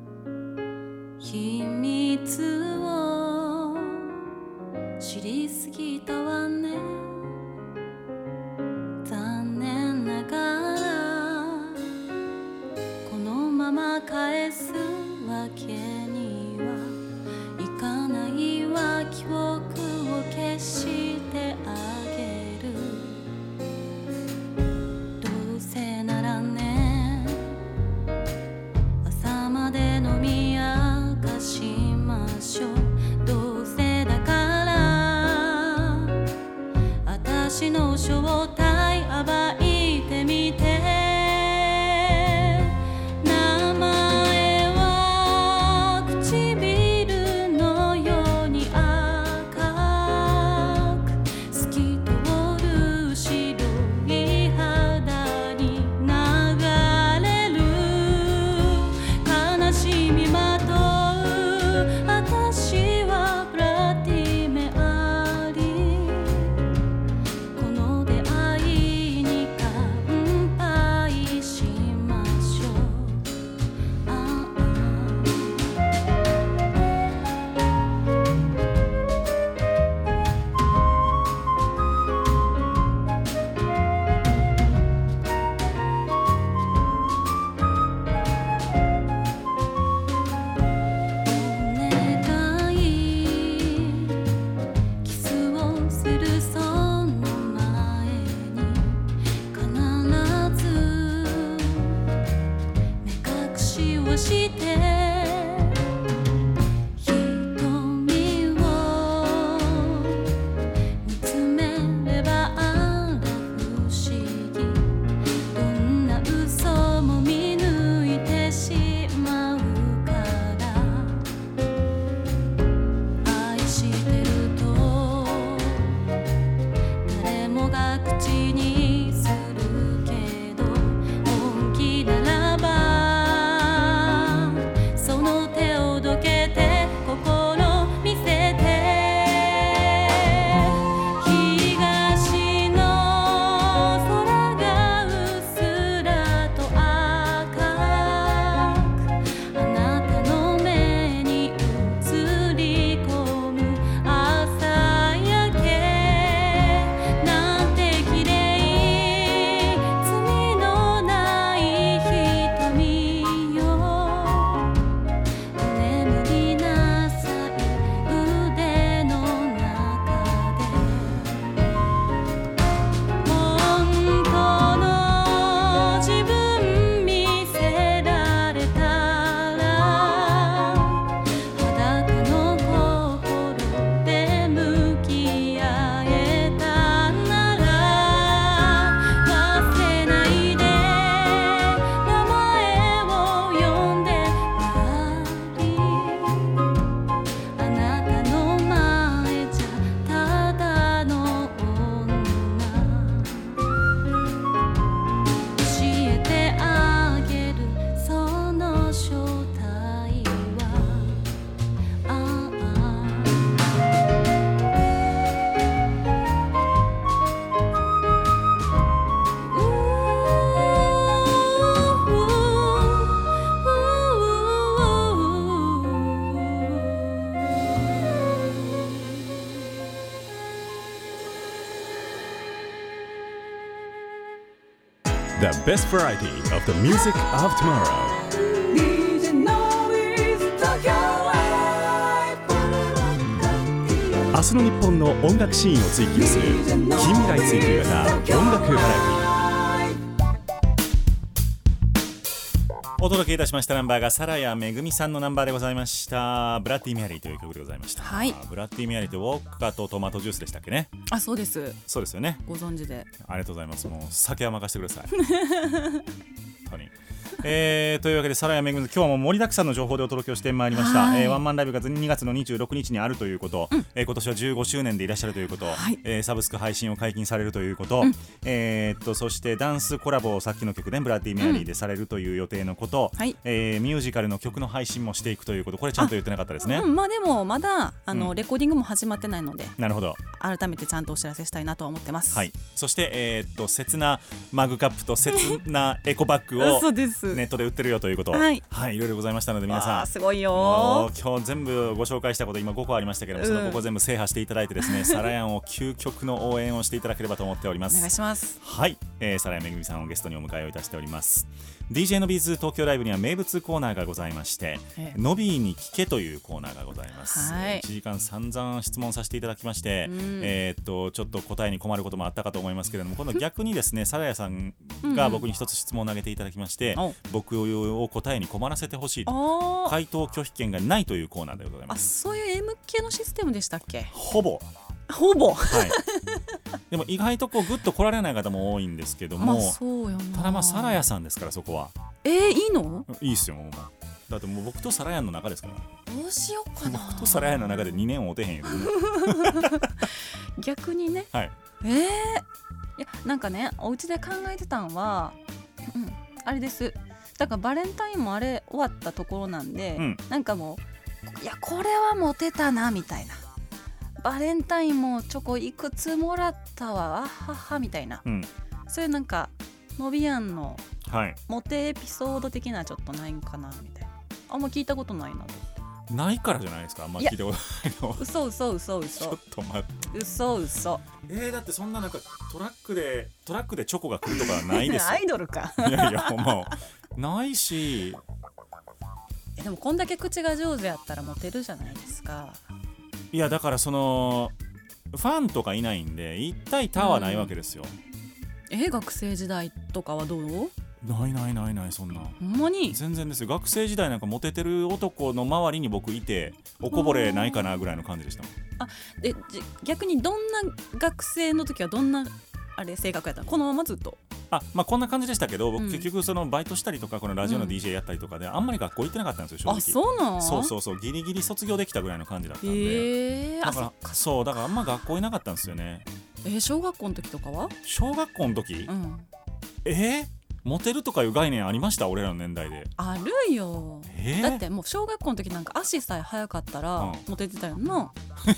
秘密を知りすぎたわね。残念ながらこのまま返すわけにはいかないわ。記憶を消してあげる。どうせならね朝まで飲み明かしましょう。どうせだから私の正体暴いてみて。名前は The best variety of the music of tomorrow. 明日の日本の音楽シーンを追求する近未来追求型音楽バラエティ。 お届けいたしましたナンバーがサラヤめぐみさんのナンバーでございました。ブラッディメアリーという曲でございました、 はい、 ブラッディメアリーとウォッカとトマトジュースでしたっけね。 あ、そうです。 そうですよね。 ご存知でありがとうございます。もう酒は任せてください本当にえー、というわけでサラヤめぐみ、今日はもう盛りだくさんの情報でお届けをしてまいりました、えー、ワンマンライブがにがつのにじゅうろくにちにあるということ、うん、えー、今年はじゅうごしゅうねんでいらっしゃるということ、はい、えー、サブスク配信を解禁されるということ、うん、えー、っとそしてダンスコラボをさっきの曲でブラッディメアリーでされるという予定のこと、うん、はい、えー、ミュージカルの曲の配信もしていくということ、これちゃんと言ってなかったですね。 うん、まあでもまだあの、うん、レコーディングも始まってないので、 なるほど、 改めてちゃんとお知らせしたいなとは思ってます。 はい、そして、えー、っと切なマグカップと切なエコバッグをそうですネットで売ってるよということ、はい、はい、いろいろございましたので、皆さんすごいよ、 今日全部ご紹介したこと今ごこありましたけども、うん、そのごこ全部制覇していただいてですねサラヤンを究極の応援をしていただければと思っております。 お願いします。 はい、えー、サラヤめぐみさんをゲストにお迎えをいたしております。 ディージェー のビーズ東京ライブには名物コーナーがございまして、のびーに聞けというコーナーがございます、はい、いちじかん散々質問させていただきまして、うん、えー、っとちょっと答えに困ることもあったかと思いますけれども、今度逆にですねサラヤさんが僕に一つ質問を投げていただきまして、うんうん、僕を答えに困らせてほしいと、回答拒否権がないというコーナーでございます。 あ、そういう エム 系のシステムでしたっけ。 ほぼほぼ、 はい、でも意外とこうグッと来られない方も多いんですけども、 まあ、そうよな。 ただまあサラヤさんですからそこは。 えー、いいの？ いいっすよ、もうだってもう僕とサラヤンの中ですから。 どうしようかな。 僕とサラヤンの中でにねん会うてへんよ、ね、 逆にね、はい、えー、いやなんかね、お家で考えてたんは、うん、あれです。だからバレンタインもあれ終わったところなんで、うん、なんかもういやこれはモテたなみたいな、バレンタインもチョコいくつもらったわあははみたいな、うん、そういうなんかのびやんのモテエピソード的なちょっとないんかなみたいな、あんま聞いたことないなと。 ないからじゃないですか、あんま聞いたことないの。 嘘嘘嘘嘘ちょっと待って、 嘘嘘えー、だってそんななんかトラックでトラックでチョコが来るとかはないですよアイドルか。 いやいやもうないし、 えでもこんだけ口が上手やったらモテるじゃないですか。 いやだからそのファンとかいないんで一対他はないわけですよ、 うん、え学生時代とかはどう？ ないないないない、そんなほんまに全然ですよ。学生時代なんかモテてる男の周りに僕いておこぼれないかなぐらいの感じでしたもん。 あで逆にどんな学生の時はどんなあれ性格やったの？このままずっとあ、まあ、こんな感じでしたけど僕、うん、結局そのバイトしたりとかこのラジオの ディージェー やったりとかで、うん、あんまり学校行ってなかったんですよ正直。 あ、そうなの？ そうそうそう、ギリギリ卒業できたぐらいの感じだったんで、 へー、 だからあそうだからあんま学校いなかったんですよね。 えー、小学校の時とかは？ 小学校の時、うん、えー、モテるとかいう概念ありました？俺らの年代で。 あるよ、えー、だってもう小学校の時なんか足さえ速かったら、うん、モテてたよな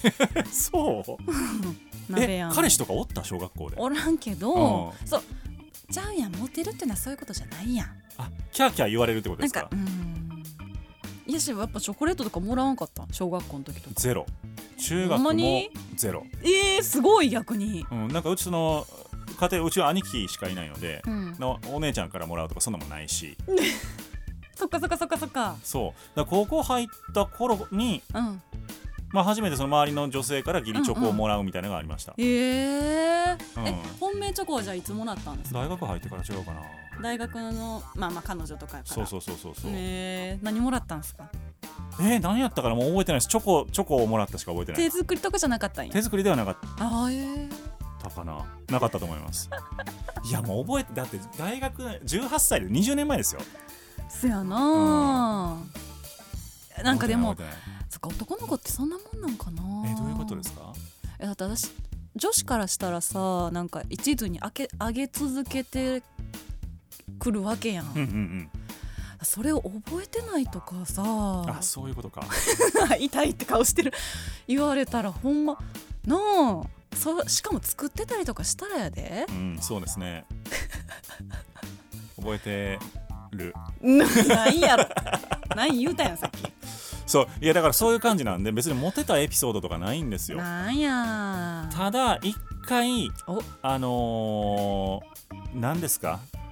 そう鍋やん。え彼氏とかおった？小学校でおらんけど、うん、そうちゃうやん、モテるってのはそういうことじゃないやん。 あ、キャーキャー言われるってことですか？ なんかうーん、いやしやっぱチョコレートとかもらわんかった？小学校の時とかゼロ、中学もゼロ。 えー、すごい逆に、 うん、なんかうちの家庭、うちは兄貴しかいないので、うん、のお姉ちゃんからもらうとかそんなもんないしそっかそっかそっかそっか。 そうだから高校入った頃に、うん、まあ、初めてその周りの女性から義理チョコをもらうみたいなのがありました。 うんうん、えーうん、え本命チョコはじゃあいつもらったんですか？ 大学入ってから違うかな。 大学のまあまあ彼女とかやから。 そうそうそうそうそう、 えー、何もらったんですか？ えー、何やったからもう覚えてないです。チョコチョコをもらったしか覚えてない。 手作りとかじゃなかったんや。 手作りではなかった。 あー、えー、 たかな、なかったと思いますいやもう覚えて、だって大学じゅうはっさいでにじゅうねんまえですよ。 そやな、うん、なんかでもそっか、男の子ってそんなもんなんかな。 えどういうことですか？ えだって私女子からしたらさ、なんか一途にあげ、あげ続けてくるわけやん、うんうんうん、それを覚えてないとかさ。 あ、そういうことか痛いって顔してる言われたらほんまなあ、そしかも作ってたりとかしたらやで。 うん、そうですね覚えてるないやろない言うたやんさっき。 そういやだからそういう感じなんで別にモテたエピソードとかないんですよ。 なんや。 ただ一回あのー、何ですか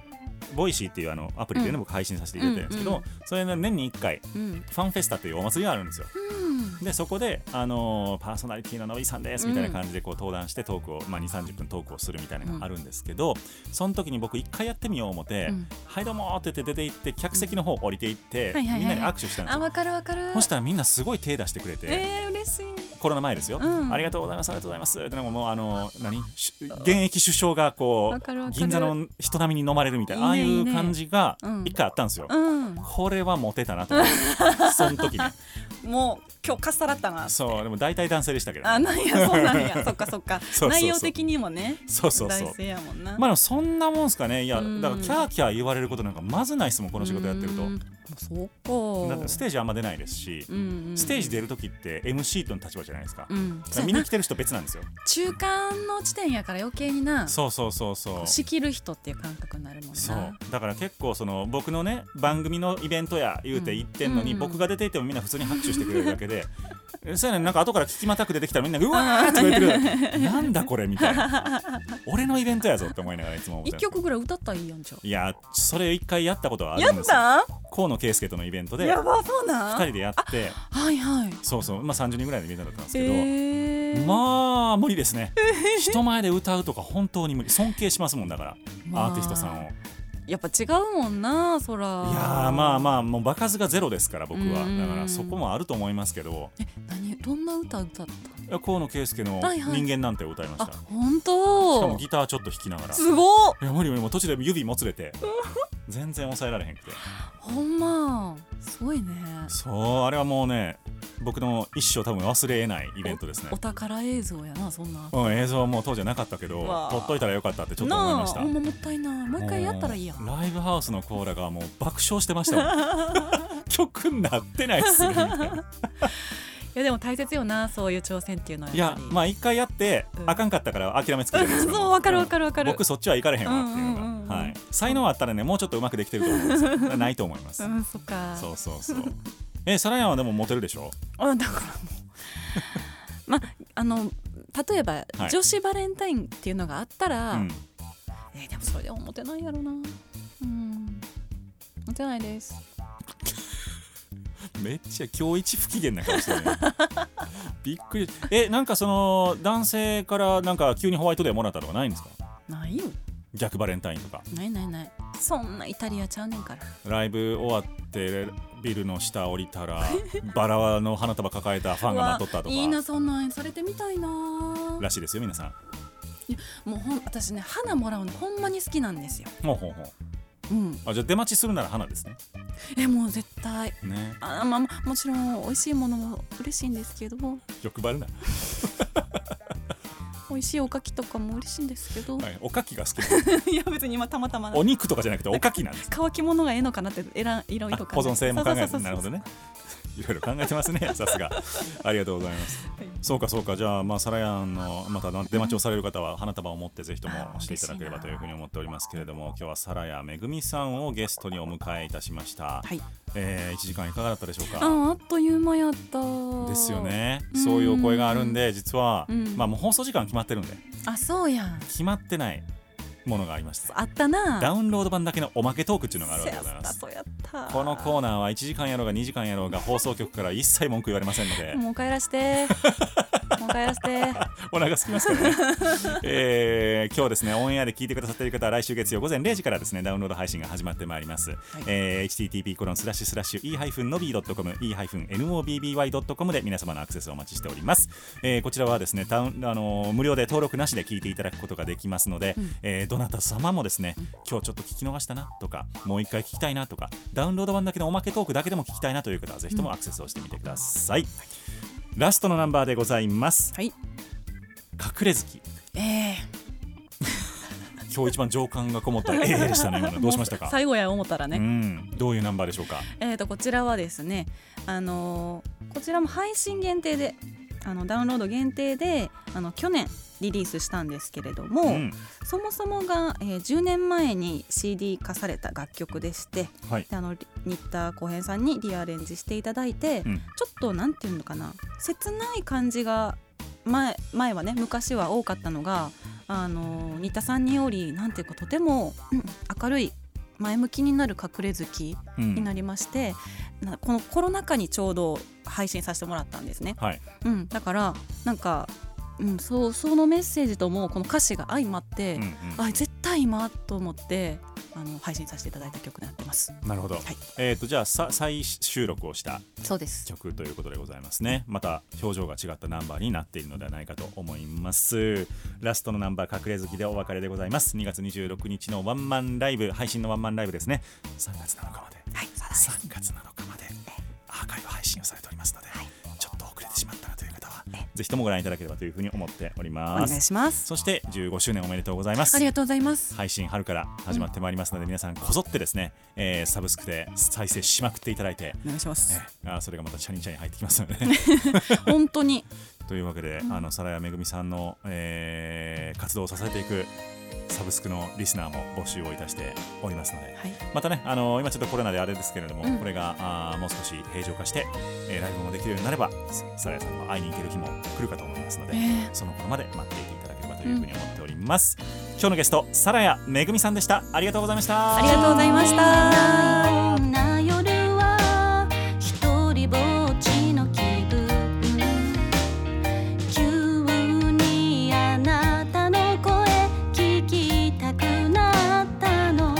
ボイシーっていうあのアプリでね、うん、僕配信させていただいてるんですけど、うんうん、それの年にいっかい、うん、ファンフェスタというお祭りがあるんですよ、うん、でそこで、あのー、パーソナリティののびさんですみたいな感じでこう登壇してトークを、まあ、にじゅうさんじゅっぷんトークをするみたいなのがあるんですけど、うん、その時に僕いっかいやってみよう思って、うん、はいどうもって言って出て行って客席の方降りて行って、うん、みんなに握手したんですよ。 あ、わかるわかる。 そしたらみんなすごい手出してくれて、 えー、嬉しい。 コロナ前ですよ、うん、ありがとうございますありがとうございますってなんかもうあの何現役首相がこう銀座の人並みに飲まれるみたいな、ああいう感じが一回あったんですよ、うん、これはモテたなと思ってその時にもう今日かっさらったな。 そうでも大体男性でしたけど、ね、 あ、なんやそうなんやそっかそっかそうそうそう内容的にもね、 そうそうそう男性やもんな。 まあでもそんなもんすかね。いやだからキャーキャー言われることなんかまずないですもん、この仕事やってると。 そうか。 だってステージあんま出ないですし、うんうんうん、ステージ出る時って エムシー との立場じゃないですか、うん、か見に来てる人別なんですよ。 中間の地点やから余計にな、 そうそうそうそう仕切る人っていう感覚になるもんな。 そうだから結構その僕のね番組のイベントや言うて言ってんのに、うんうんうん、僕が出ていてもみんな普通に拍手してくれるだけでそうやね、なんか後から聞きまたく出てきたらみんなうわーって言われてるなんだこれみたいな俺のイベントやぞって思いながらいつも思って。 いっきょくぐらい歌ったらいいやんじゃん。 いやそれ一回やったことはあるんですよ。 やった河野圭介とのイベントでやばそうなふたりでやって、 はいはい、 そうそう、まあ、さんじゅうにんぐらいのイベントだったんですけど、 えー、 まあ無理ですね人前で歌うとか本当に無理。尊敬しますもんだから、まあ、アーティストさんをやっぱ違うもんなそら。 いやまあまあもう場数がゼロですから僕は。だからそこもあると思いますけど。 え何どんな歌歌った？ 河野圭介の人間なんてを歌いました、はいはい、 あ本当。 しかもギターちょっと弾きながら。 すごっ。 いや無理無理もう途中で指もつれて全然抑えられへんくてほんますごいね。 そうあれはもうね僕の一生多分忘れ得ないイベントですね。 お, お宝映像やなそんな、 うん、映像はもう当時はなかったけど撮っといたらよかったってちょっと思いました。 ほんまもったいない。もう一回やったらいいやん。 ライブハウスのコーラがもう爆笑してましたもん曲になってないっすねみたいないやでも大切よなそういう挑戦っていうのは。 いやまあ一回やって、うん、あかんかったから諦めつけてるんですよそう分かる分かる分かる。 僕そっちは行かれへんわっていうのが、うんうんうんはい、才能あったらねもうちょっとうまくできてると思うんですよないと思います、 うん、そっかそうそうそうえサラヤンはでもモテるでしょ。 あだからもうまあの例えば、はい、女子バレンタインっていうのがあったら、うんえー、でもそれでもモテないやろな。うんモテないですめっちゃ今日一不機嫌な顔してるねびっくり。えなんかその男性からなんか急にホワイトデーもらったとかないんですか？ ないよ逆バレンタインとか。 ないないない。そんなイタリアちゃうねんから。 ライブ終わってビルの下降りたらバラの花束抱えたファンが待っとったとか。 いいなそんなんされてみたいならしいですよ皆さん。 いやもうほん私ね花もらうのほんまに好きなんですよ。 ほうほうほう。うん、あじゃあ出待ちするなら花ですね。 えもう絶対、 ね、 あ、まあ、もちろん美味しいものも嬉しいんですけど欲張るな美味しいおかきとかも嬉しいんですけど、 はい、おかきが好きいや別に今たまたまお肉とかじゃなくておかきなんです。 乾き物がええのかなって色々 保存性も考えてなるほどねいろいろ考えてますねさすがありがとうございます、はい、そうかそうか。じゃあ、まあ、サラヤンのまた出待ちをされる方は花束を持ってぜひともしていただければというふうに思っておりますけれども、今日はサラヤめぐみさんをゲストにお迎えいたしました、はいえー、いちじかんいかがだったでしょうか。 あ, あっという間やったですよね。そういうお声があるんで実は、うんまあ、もう放送時間決まってるんで。 あそうやん。 決まってないものがありました。 あったな。 ダウンロード版だけのおまけトークっていうのがあるわけでございます。 そうやったこのコーナーはいちじかんやろうがにじかんやろうが放送局から一切文句言われませんのでもう帰らしてもう帰らしてお腹すきますからね、えー、今日ですねオンエアで聞いてくださっている方は来週月曜午前れいじからですねダウンロード配信が始まってまいります、はいえー、エイチティーティーピーコロンスラッシュスラッシュイーハイフンノビードットコム イーハイフンエヌオービービーワイドットコム で皆様のアクセスをお待ちしております、えー、こちらはですねダウン、あのー、無料で登録なしで聞いていただくことができますので、うんえー、どなた様もですね、うん、今日ちょっと聞き逃したなとかもう一回聞きたいなとかダウンロード版だけのおまけトークだけでも聞きたいなという方はぜひともアクセスをしてみてください、うん、ラストのナンバーでございます、はい、隠れ月。えー今日一番情感がこもったえーでしたね今の。どうしましたか。 最後や思ったらね、うん、 どういうナンバーでしょうか。 えーとこちらはですね、あのー、こちらも配信限定であのダウンロード限定であの去年リリースしたんですけれども、うん、そもそもが、えー、じゅうねんまえに シーディー 化された楽曲でして、はい、であの新田浩平さんにリアレンジしていただいて、うん、ちょっとなんていうのかな切ない感じが 前, 前はね昔は多かったのがあの新田さんによりなんていうかとても、うん、明るい前向きになる隠れ好きになりまして、うん、なこのコロナ禍にちょうど配信させてもらったんですね、 はいうん、だからなんか、うん、そうそのメッセージともこの歌詞が相まって、うんうん、あ絶対今と思ってあの配信させていただいた曲になってます。 なるほど、はい、えー、とじゃあさ再収録をした曲ということでございますね。また表情が違ったナンバーになっているのではないかと思います。ラストのナンバー隠れ好きでお別れでございます。にがつにじゅうろくにちのワンマンライブ、配信のワンマンライブですね。さんがつなのかまで、はい、さんがつなのかまでアーカイブ配信をされておりますので、はい、ちょっと遅れてしまったなという方はぜひともご覧いただければというふうに思っております。 お願いします。 そしてじゅうごしゅうねんおめでとうございます。 ありがとうございます。 配信春から始まってまいりますので、うん、皆さんこぞってですね、えー、サブスクで再生しまくっていただいてお願いします、 えー、あそれがまたチャリンチャリン入ってきますので本当にというわけで、うん、あの皿屋めぐみさんの、えー、活動を支えていくサブスクのリスナーも募集をいたしておりますので、はい、またね、あのー、今ちょっとコロナであれですけれども、うん、これがあもう少し平常化して、えー、ライブもできるようになればさらやさんも会いに行ける日も来るかと思いますので、えー、その頃まで待っていていただければというふうに思っております、うん、今日のゲストさらやめぐみさんでした。ありがとうございました。 ありがとうございました。 な夜は一人ぼっちの気分、急にあなたの声聞きたくなったの。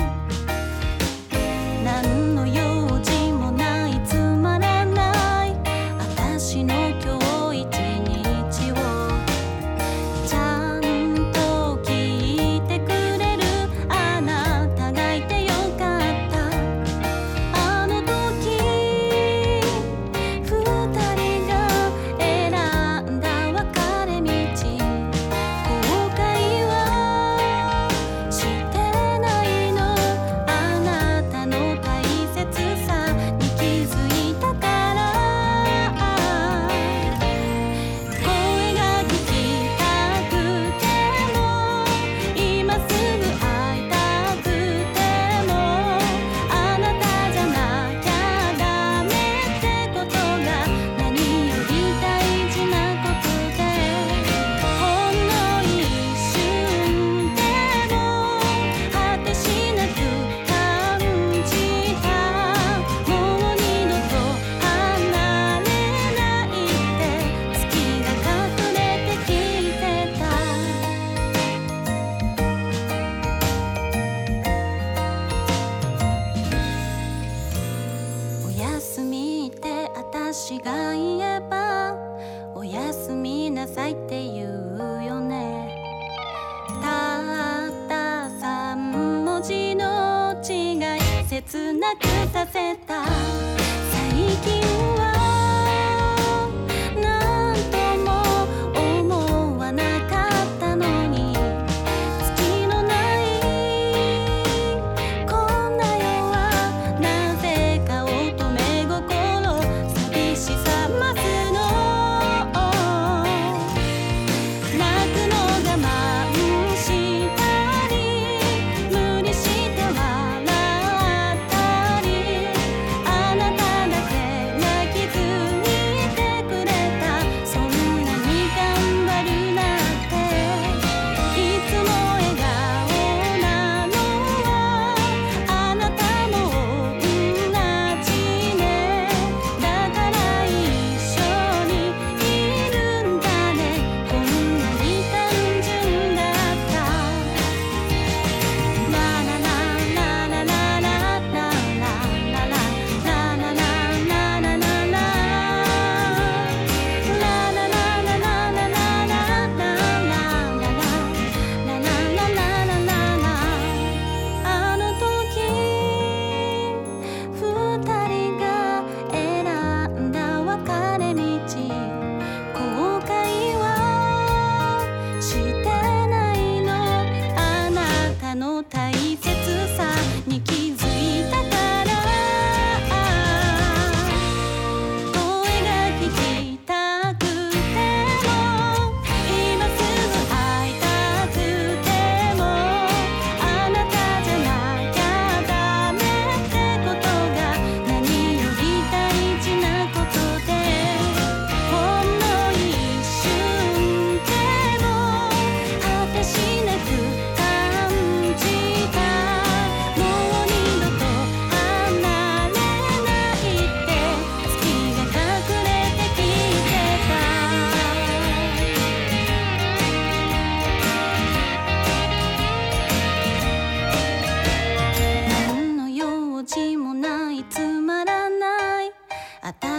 何の用事もないつまらない私の今日一日をちゃんと聞いてくれるあなたがいてよかった。あの時二人が選んだ分かれ道、後悔はしてないの。あなたの大切さに気づいたから。声が聞きたくても今すぐ会いたくてもあなたじゃなきゃダメってことが何より大事なことで、ほんの一瞬でも果てしなく感じた。もう二度と離れないって月が隠れてきてた。おやすみって私が言えばおやすみなさいって言うよね。たった三文字の違い切なくさせた。最近はなんとも思わなかったのに、月のないこんな夜はなぜか乙女心寂しさ増すの。泣くの我慢したり無理して笑ったりあなただけ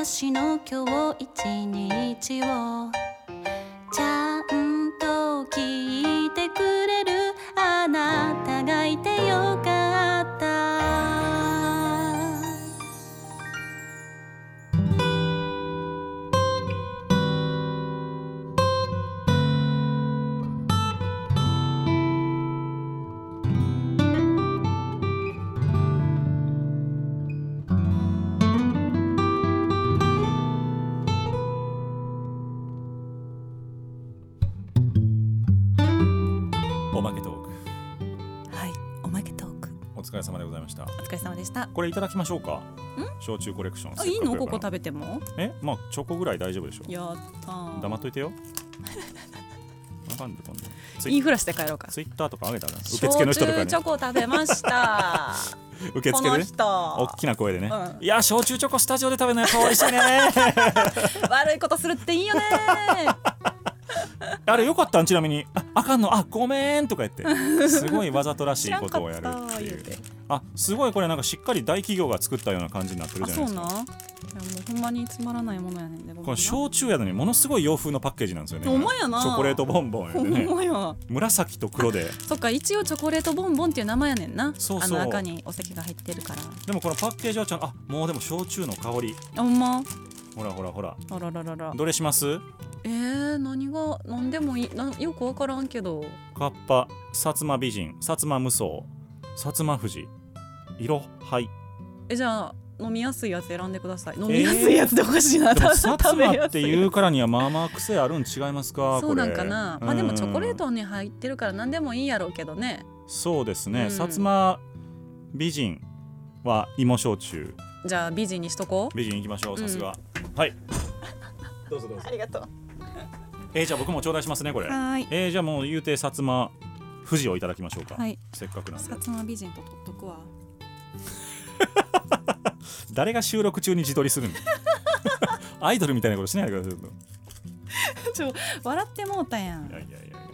私の今日一日をちゃんと聞いてくれるあなたがいてよかった。 おまけトーク、 はい、おまけトークお疲れ様でございました。 お疲れ様でした。 これいただきましょうか。焼酎コレクション。 あ、いいの？ここ食べても？ え、まあチョコぐらい大丈夫でしょ。 やったー。 黙っといてよ。わかんない今度。 インフラして帰ろうか。 ツイッターとか上げたら受付の人とかに。 焼酎チョコ食べました受付でね、大きな声でね、うん、いや焼酎チョコスタジオで食べるのやっぱ美味しいね悪いことするっていいよねあれよかったん、ちなみに あ, あかんの、あごめんとか言ってすごいわざとらしいことをやるっていう。あ、すごいこれなんかしっかり大企業が作ったような感じになってるじゃないですか。 あ、そうな。いやもうほんまにつまらないものやねんで。 この焼酎やのにものすごい洋風のパッケージなんですよね。 ほんまやな。 チョコレートボンボンやでね。 ほんまや。 紫と黒で。 そっか、一応チョコレートボンボンっていう名前やねんな。 そうそう。 あの中にお酒が入ってるから。 でもこのパッケージはちゃん、あ、もうでも焼酎の香り。 あ、ほんま。 ほらほらほら。 あらららら。 どれします？ えー、何が何でもいいな、よくわからんけど。 カッパ、薩摩美人、薩摩無双、薩摩富士、色はい。 え、じゃあ飲みやすいやつ選んでください。飲みやすいやつでおかしいな。 えー、でも薩摩っていうからにはまあまあ癖あるん違いますか？ そうなんかな。まあでもチョコレートに入ってるから何でもいいやろうけどね。 そうですね。薩摩美人は芋焼酎。じゃあ美人にしとこう。 美人いきましょう。さすが。はいどうぞどうぞ。 ありがとう。 えー、じゃあ僕も頂戴しますねこれ。 はい。 えー、じゃあもう言うて薩摩富士をいただきましょうか。 はい。 せっかくなんで。 薩摩美人と取っとくわ。 誰が収録中に自撮りするのアイドルみたいなことしないでください。 ちょ笑ってもうたやん。 いやいやいやいや。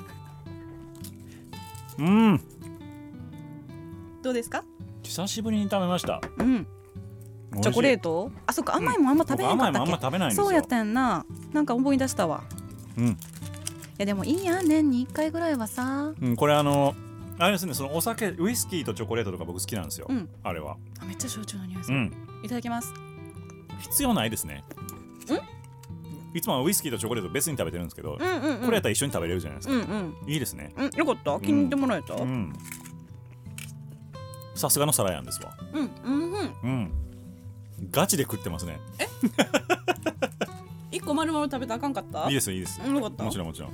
うん。 どうですか？ 久しぶりに食べました。 うん。チョコレート？あ、そっか、甘いもんあんま食べへんかったっけ？ 甘いもんあんま食べないんですよ。 そうやったやんな。なんか思い出したわ。 うん。いやでもいいやん、年にいっかいぐらいはさ。 うん、これあのあれですね、そのお酒ウイスキーとチョコレートとか僕好きなんですよ。 うん、 あれは。 あ、めっちゃ焼酎の匂いする。 うん。 いただきます。 必要ないですね。ん？いつもはウイスキーとチョコレート別に食べてるんですけど、 うんうんうん、 これやったら一緒に食べれるじゃないですか。 うんうん、 いいですね。 うん、よかった。気に入ってもらえた？うん。 さすがのサラヤンですわ。 うんうんうん。 うん。ガチで食ってますね。 え？一個丸々食べたらあかんかった？ いいですよいいです。 よかった。 もちろんもちろん。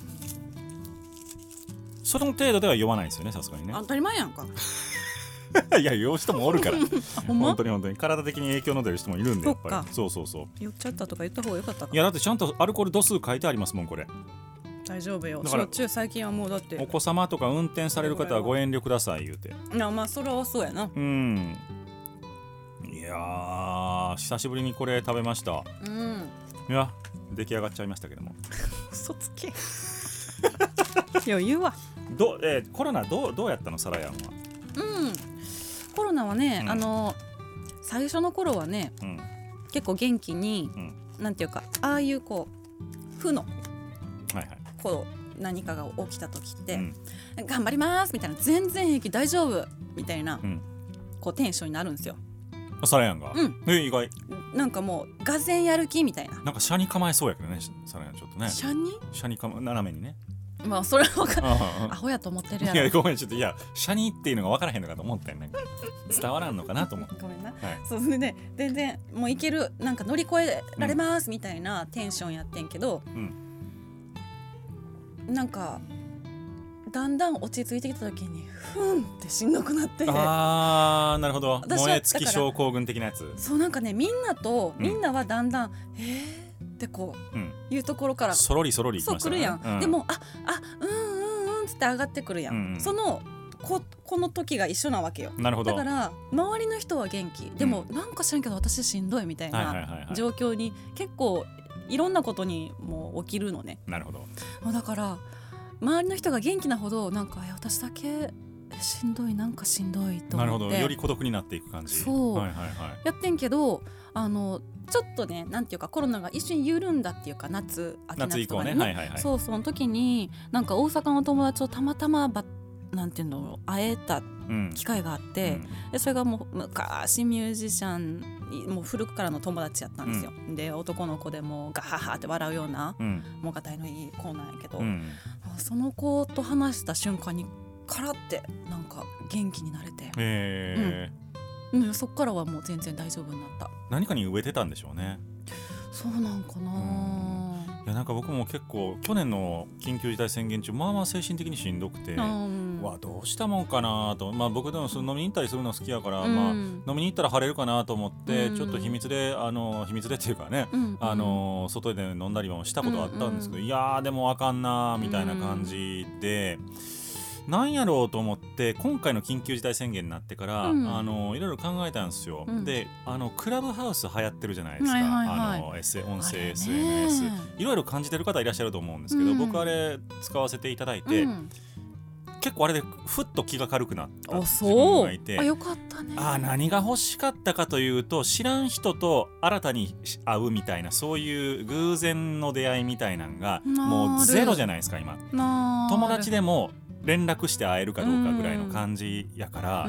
その程度では酔わないんですよね、さすがにね。 当たり前やんか。 いや酔う人もおるから。 ほんま？ 本当に本当に体的に影響の出る人もいるんで、やっぱり。そうそうそう。 酔っちゃったとか言った方がよかったか。 いやだってちゃんとアルコール度数書いてありますもんこれ。 大丈夫よ。焼酎最近はもうだってお子様とか運転される方はご遠慮ください言うて。 いやまあそれはそうやな。 うん。いやー久しぶりにこれ食べました。 うん。 いや出来上がっちゃいましたけども。 嘘つけ。余裕は。 ど、えー、コロナどうどうやったのサラヤンは。 うん。コロナはね、うん、あの最初の頃はね、うん、結構元気に、うん、なんていうかああいうこう負の、はいはい、こう何かが起きた時って、うん、頑張りますみたいな全然平気大丈夫みたいな、うん、こうテンションになるんですよ。 サラヤンが、うん、え意外。 なんかもうがぜんやる気みたいな。 なんか車に構えそうやけどねサラヤンちょっとね。 車に？ 車に構え斜めにね。 まあそれは分かる。アホやと思ってるやろ。 いやごめんちょっといや車にっていうのが分からへんのかと思ったよね。伝わらんのかなと思って。 ごめんな。はい、そうでね全然もういけるなんか乗り越えられますみたいなテンションやってんけど、うん、なんかだんだん落ち着いてきた時にふんってしんどくなって。 あーなるほど。燃え尽き症候群的なやつ。 そうなんかねみんなと、うん、みんなはだんだんえーってこう、うん、いうところからそろりそろりいきましたね。 そう来るやん、うん、でもああうんうんうんつって上がってくるやん、うんうん、その こ, この時が一緒なわけよ。 なるほど。 だから周りの人は元気でも、うん、なんか知らんけど私しんどいみたいな状況に結構いろんなことにもう起きるのね。 なるほど。 だから周りの人が元気なほどなんか私だけしんどいなんかしんどいと思って。 なるほど。より孤独になっていく感じ。 そう、 はいはいはい、 やってんけどあのちょっとねなんていうかコロナが一瞬緩んだっていうか夏秋夏とかにね、 夏以降ね、はいはいはい、 そうその時になんか大阪の友達をたまたまばなんていうの会えた機会があって、うん、でそれがもう昔ミュージシャンもう古くからの友達やったんですよ、うん、で男の子でもガハハって笑うような、うん、もうがたいのいい子なんやけど、うん、その子と話した瞬間にカラってなんか元気になれて、 へー、うん、そっからはもう全然大丈夫になった。 何かに植えてたんでしょうね。 そうなんかな、うん、 いやなんか僕も結構去年の緊急事態宣言中まあまあ精神的にしんどくて、うん、わどうしたもんかなと、まあ、僕でもその飲みに行ったりするの好きやから、うん、まあ、飲みに行ったら晴れるかなと思って、うん、ちょっと秘密であの秘密でっていうかね、うん、あの外で飲んだりもしたことあったんですけど、うん、いやーでもあかんなみたいな感じで、うん、なんやろうと思って今回の緊急事態宣言になってから、うん、あのいろいろ考えたんですよ、うん、であのクラブハウス流行ってるじゃないですか、はいはいはい、あのエス音声 エスエヌエス いろいろ感じてる方いらっしゃると思うんですけど、うん、僕あれ使わせていただいて、うん、結構あれでふっと気が軽くなった自分がいて、 あよかったね。 あ何が欲しかったかというと知らん人と新たに会うみたいなそういう偶然の出会いみたいなのがもうゼロじゃないですか今。友達でも連絡して会えるかどうかぐらいの感じやから、うん、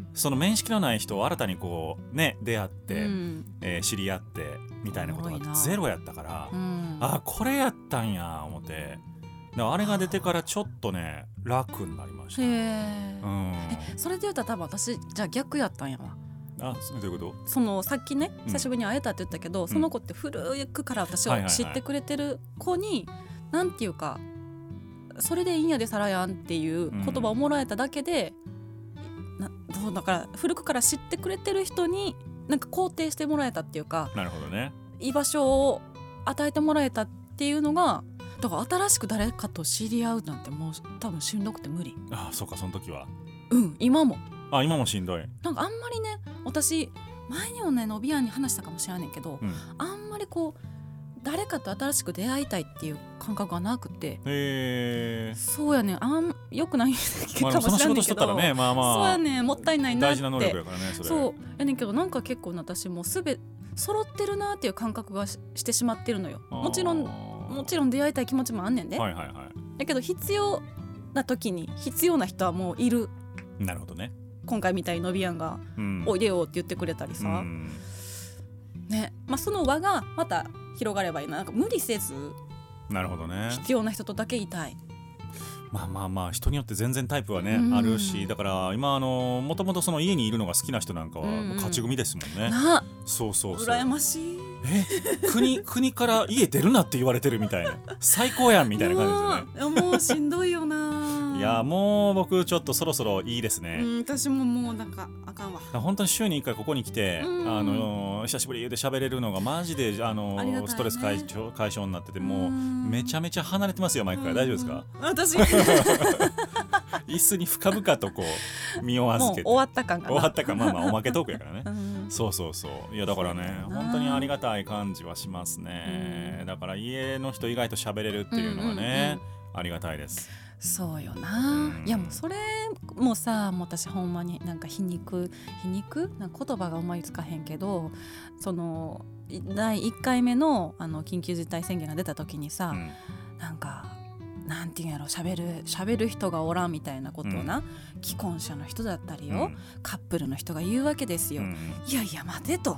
その面識のない人を新たにこうね出会って、うんえー、知り合ってみたいなことがゼロやったから、うん、あこれやったんや思ってあれが出てからちょっとね楽になりました。へー、うん、えそれで言うたら多分私じゃあ逆やったんやわ。 あどういうこと？ そのさっきね久しぶりに会えたって言ったけど、うん、その子って古くから私を知ってくれてる子に、はいはいはい、なんていうかそれでいいんやでさらやんっていう言葉をもらえただけで、うん、なそうだから古くから知ってくれてる人になんか肯定してもらえたっていうか、 なるほどね、 居場所を与えてもらえたっていうのがだから新しく誰かと知り合うなんてもう多分しんどくて無理。 ああそうかその時はうん今もあ今もしんどい。 なんかあんまりね私前にもねのびやんに話したかもしれないけど、うん、あんまりこう誰かと新しく出会いたいっていう感覚がなくて、 へそうやねあんよくないかもしれないけど、まあ、 その仕事しとったらねまあまあそうやねもったいないなって大事な能力やからねそれそうやねんけどなんか結構私もうすべ揃ってるなっていう感覚が し, してしまってるのよ。もちろんもちろん出会いたい気持ちもあんねんで、 はいはいはい、 だけど必要な時に必要な人はもういる。 なるほどね。 今回みたいにのびやんが、うん、おいでよって言ってくれたりさ、うんねまあ、その輪がまた広がればいいな。なんか無理せずなるほどね必要な人とだけいたい。 まあまあまあ人によって全然タイプはね、うん、あるしだから今あのもともとその家にいるのが好きな人なんかは勝ち組ですもんね、うん、 なそうそうそう羨ましい。 え 国, 国から家出るなって言われてるみたいな最高やんみたいな感じですよね。 もうしんどいよないやもう僕ちょっとそろそろいいですね、 うん、私ももうなんかあかんわ。 本当に週にいっかいここに来て、うん、あの久しぶりで喋れるのがマジであのあ、ね、ストレス解消、解消になっててもうめちゃめちゃ離れてますよマイクから大丈夫ですか？ 私椅子に深々とこう身を預けてもう終わった感が終わった感まあまあおまけトークやからね、うん、そうそうそういやだからね本当にありがたい感じはしますね、うん、だから家の人以外と喋れるっていうのはね、うんうんうん、ありがたいです。 そうよな、うん、いやもうそれもさもう私ほんまになんか皮肉皮肉なんか言葉が思いつかへんけどそのだいいっかいめ の, あの緊急事態宣言が出た時にさ、うん、なんかなんていうんやろ喋る喋る人がおらんみたいなことをな、うん、既婚者の人だったりよ、うん、カップルの人が言うわけですよ、うん、いやいや待てと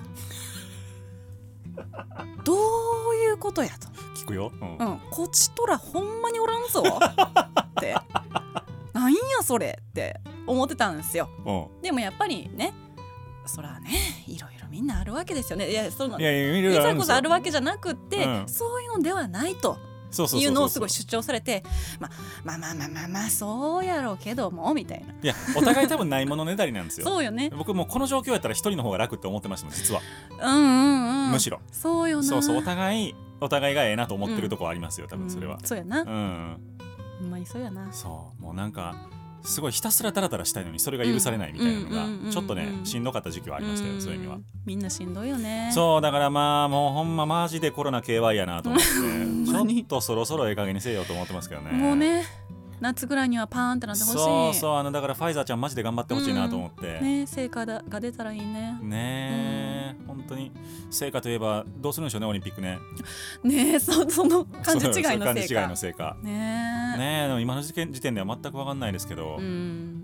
どういうことやと聞くよ、 うんうん、こっちとらほんまにおらんぞってなんやそれって思ってたんですよ、うん、でもやっぱりねそらねいろいろみんなあるわけですよね。いやそのいざこそあるわけじゃなくって、うん、そういうのではないというのをすごい主張されて、まあ、まあまあまあまあまあそうやろうけどもみたいな。 いやお互い多分ないものねだりなんですよそうよね。 僕もうこの状況やったら一人の方が楽って思ってましたもん実は。 うんうんうんむしろそうよな。 そうそうお互いお互いがええなと思ってるとこありますよ、うん、多分それは、 うん、そうやな、 うん、 ほんまにそうやな。 そうもうなんかすごいひたすらダラダラしたいのにそれが許されないみたいなのがちょっとねしんどかった時期はありましたよ、うん、そういう意味は。みんなしんどいよね。 そうだからまあもうほんまマジでコロナ ケーワイ やなと思ってちょっとそろそろええ加減にせよと思ってますけどね。 もうね夏ぐらいにはパーンってなってほしい。 そうそうあのだからファイザーちゃんマジで頑張ってほしいなと思って、 うん、ね成果が出たらいいね。 ねね本当に成果といえばどうするんでしょうねオリンピックね。 ねえ そ, その感じ違いのせいか。 感じ違いのせいかねえねえでも今の時点時点では全く分かんないですけど、 うん、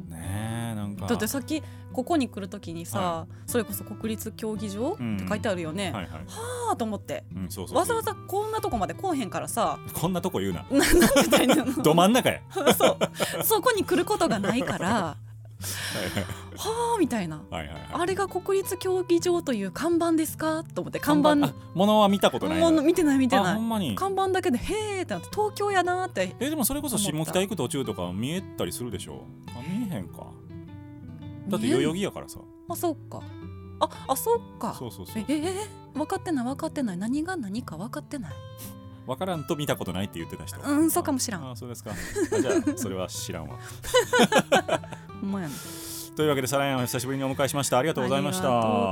ねえなんかだってさっきここに来るときにさ、はい、それこそ国立競技場、うん、って書いてあるよね、はいはい、はあと思って、うん、そうそうそうわざわざこんなとこまで来おへんからさこんなとこ言うなななんて言ったらいいのど真ん中やそうそこに来ることがないからはあみたいな、はいはいはい、あれが国立競技場という看板ですかと思って看板物は見たことない物見てない見てないほんまに看板だけでへーってなって東京やなってえでもそれこそ下北行く途中とか見えたりするでしょ。あ見えへんかだって代々木やからさあそっかああそっかそうそうそうええー、分かってない分かってない何が何か分かってない分からんと見たことないって言ってた人うんそうかもしらんあそうですかあじゃあそれは知らんわほんまやねというわけでサラヤンを久しぶりにお迎えしました。ありがとうございました。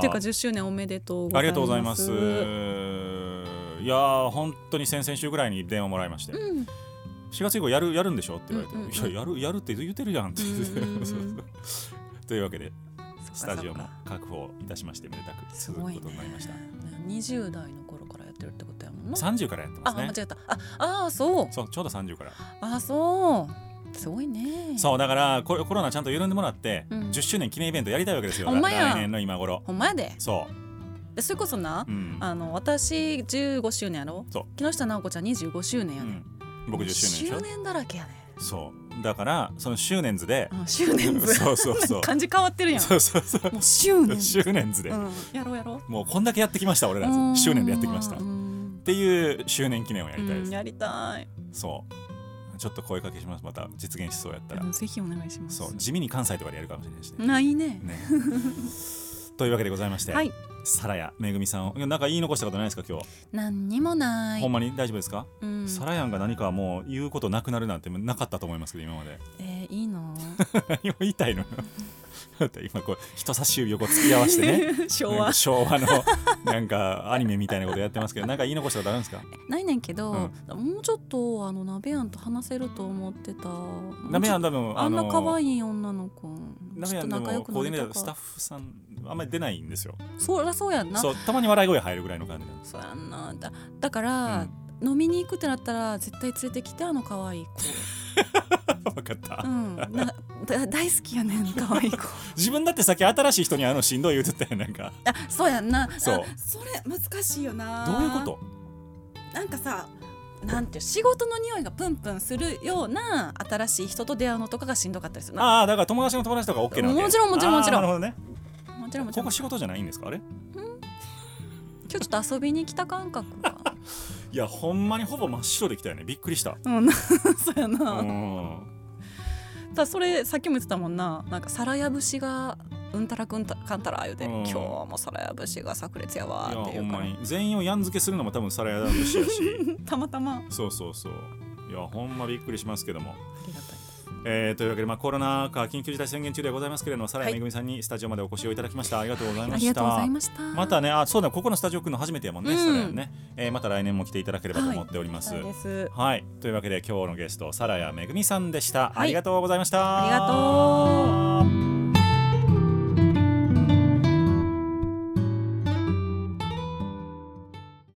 ていうかじゅっしゅうねんおめでとうございます。 ありがとうございます。いやー本当に先々週ぐらいに電話もらいまして、うん、しがつ以降やるやるんでしょって言われて、うんうんうん、いややるやるって言ってるじゃんってというわけでスタジオも確保いたしましてめでたく続くことになりました。 にじゅう代の頃からやってるってことやもんな。 さんじゅうからやってますね。 あ間違えたああそうそうちょうどさんじゅうからあそうすごいね。 そうだからコロナちゃんと緩んでもらって、うん、じゅっしゅうねん記念イベントやりたいわけですよ。 ほんまや来年の今頃ほんまやでそうでそれこそな、うん、あの私じゅうごしゅうねんやろそう木下直子ちゃんにじゅうごしゅうねんやね、うん、 僕じゅっしゅうねんでしょ周年だらけやねそうだからその周年図で周年図そうそうそう漢字変わってるやんそうそうそうもう周年周年図で、うん、 やろうやろうもうこんだけやってきました俺ら周年でやってきましたっていう周年記念をやりたいです、 うん、やりたいそうちょっと声かけしますまた実現しそうやったらぜひお願いします。 そう地味に関西とかでやるかもしれないしねないねねというわけでございまして、 はい、 サラヤめぐみさんをなんか言い残したことないですか今日。 何にもない。 ほんまに大丈夫ですか、 うん、 サラヤンが何かもう言うことなくなるなんてなかったと思いますけど今まで。 えー、いいの何を言いたいの今こう人差し指をこう突き合わせてね昭和昭和のなんかアニメみたいなことやってますけどなんか言い残したことあるんですか。 ないねんけど、うん、もうちょっとあの鍋やんと話せると思ってた。 鍋やん多分あんな可愛い女の子鍋やんでもコーディネータースタッフさんあんまり出ないんですよ。 そりゃそうやんな。 そうたまに笑い声入るぐらいの感じなんです。 そうやんな だ, だから、うん、飲みに行くってなったら絶対連れてきてあの可愛い子分かった、 うん、な大好きやねん可愛い子自分だってさっき新しい人に会うのしんどい言うてたやんなんか。 あそうやんな。 そうそれ難しいよな。 どういうこと。 なんかさなんて仕事の匂いがプンプンするような新しい人と出会うのとかがしんどかったりするな。 ああだから友達の友達とか OK なわけ。 もちろんもちろんもちろん。 なるほどね。 もちろんもちろん。 ここ仕事じゃないんですかあれ。ん今日ちょっと遊びに来た感覚がいやほんまにほぼ真っ白で来たよね。びっくりした。 うんそうやな。 うんだそれさっきも言ってたもんな。なんかサラヤ節がうんたらくんたかんたら言うて、うん、今日もサラヤ節が炸裂やわっていうから。いやほんまに全員をやん付けするのも多分サラヤ節やしたまたまそうそうそういやほんまびっくりしますけども。 ありがたいです。 えー、というわけで、まあ、コロナ禍緊急事態宣言中でございますけれどもサラヤめぐみさんにスタジオまでお越しをいただきました。ありがとうございました。 ありがとうございました。 またねあそうだここのスタジオ来るの初めてやもんね、うん、サラヤね、えー、また来年も来ていただければと思っております。 はい、そうです。 はい、というわけで今日のゲストサラヤめぐみさんでした、はい、ありがとうございました。 ありがとう。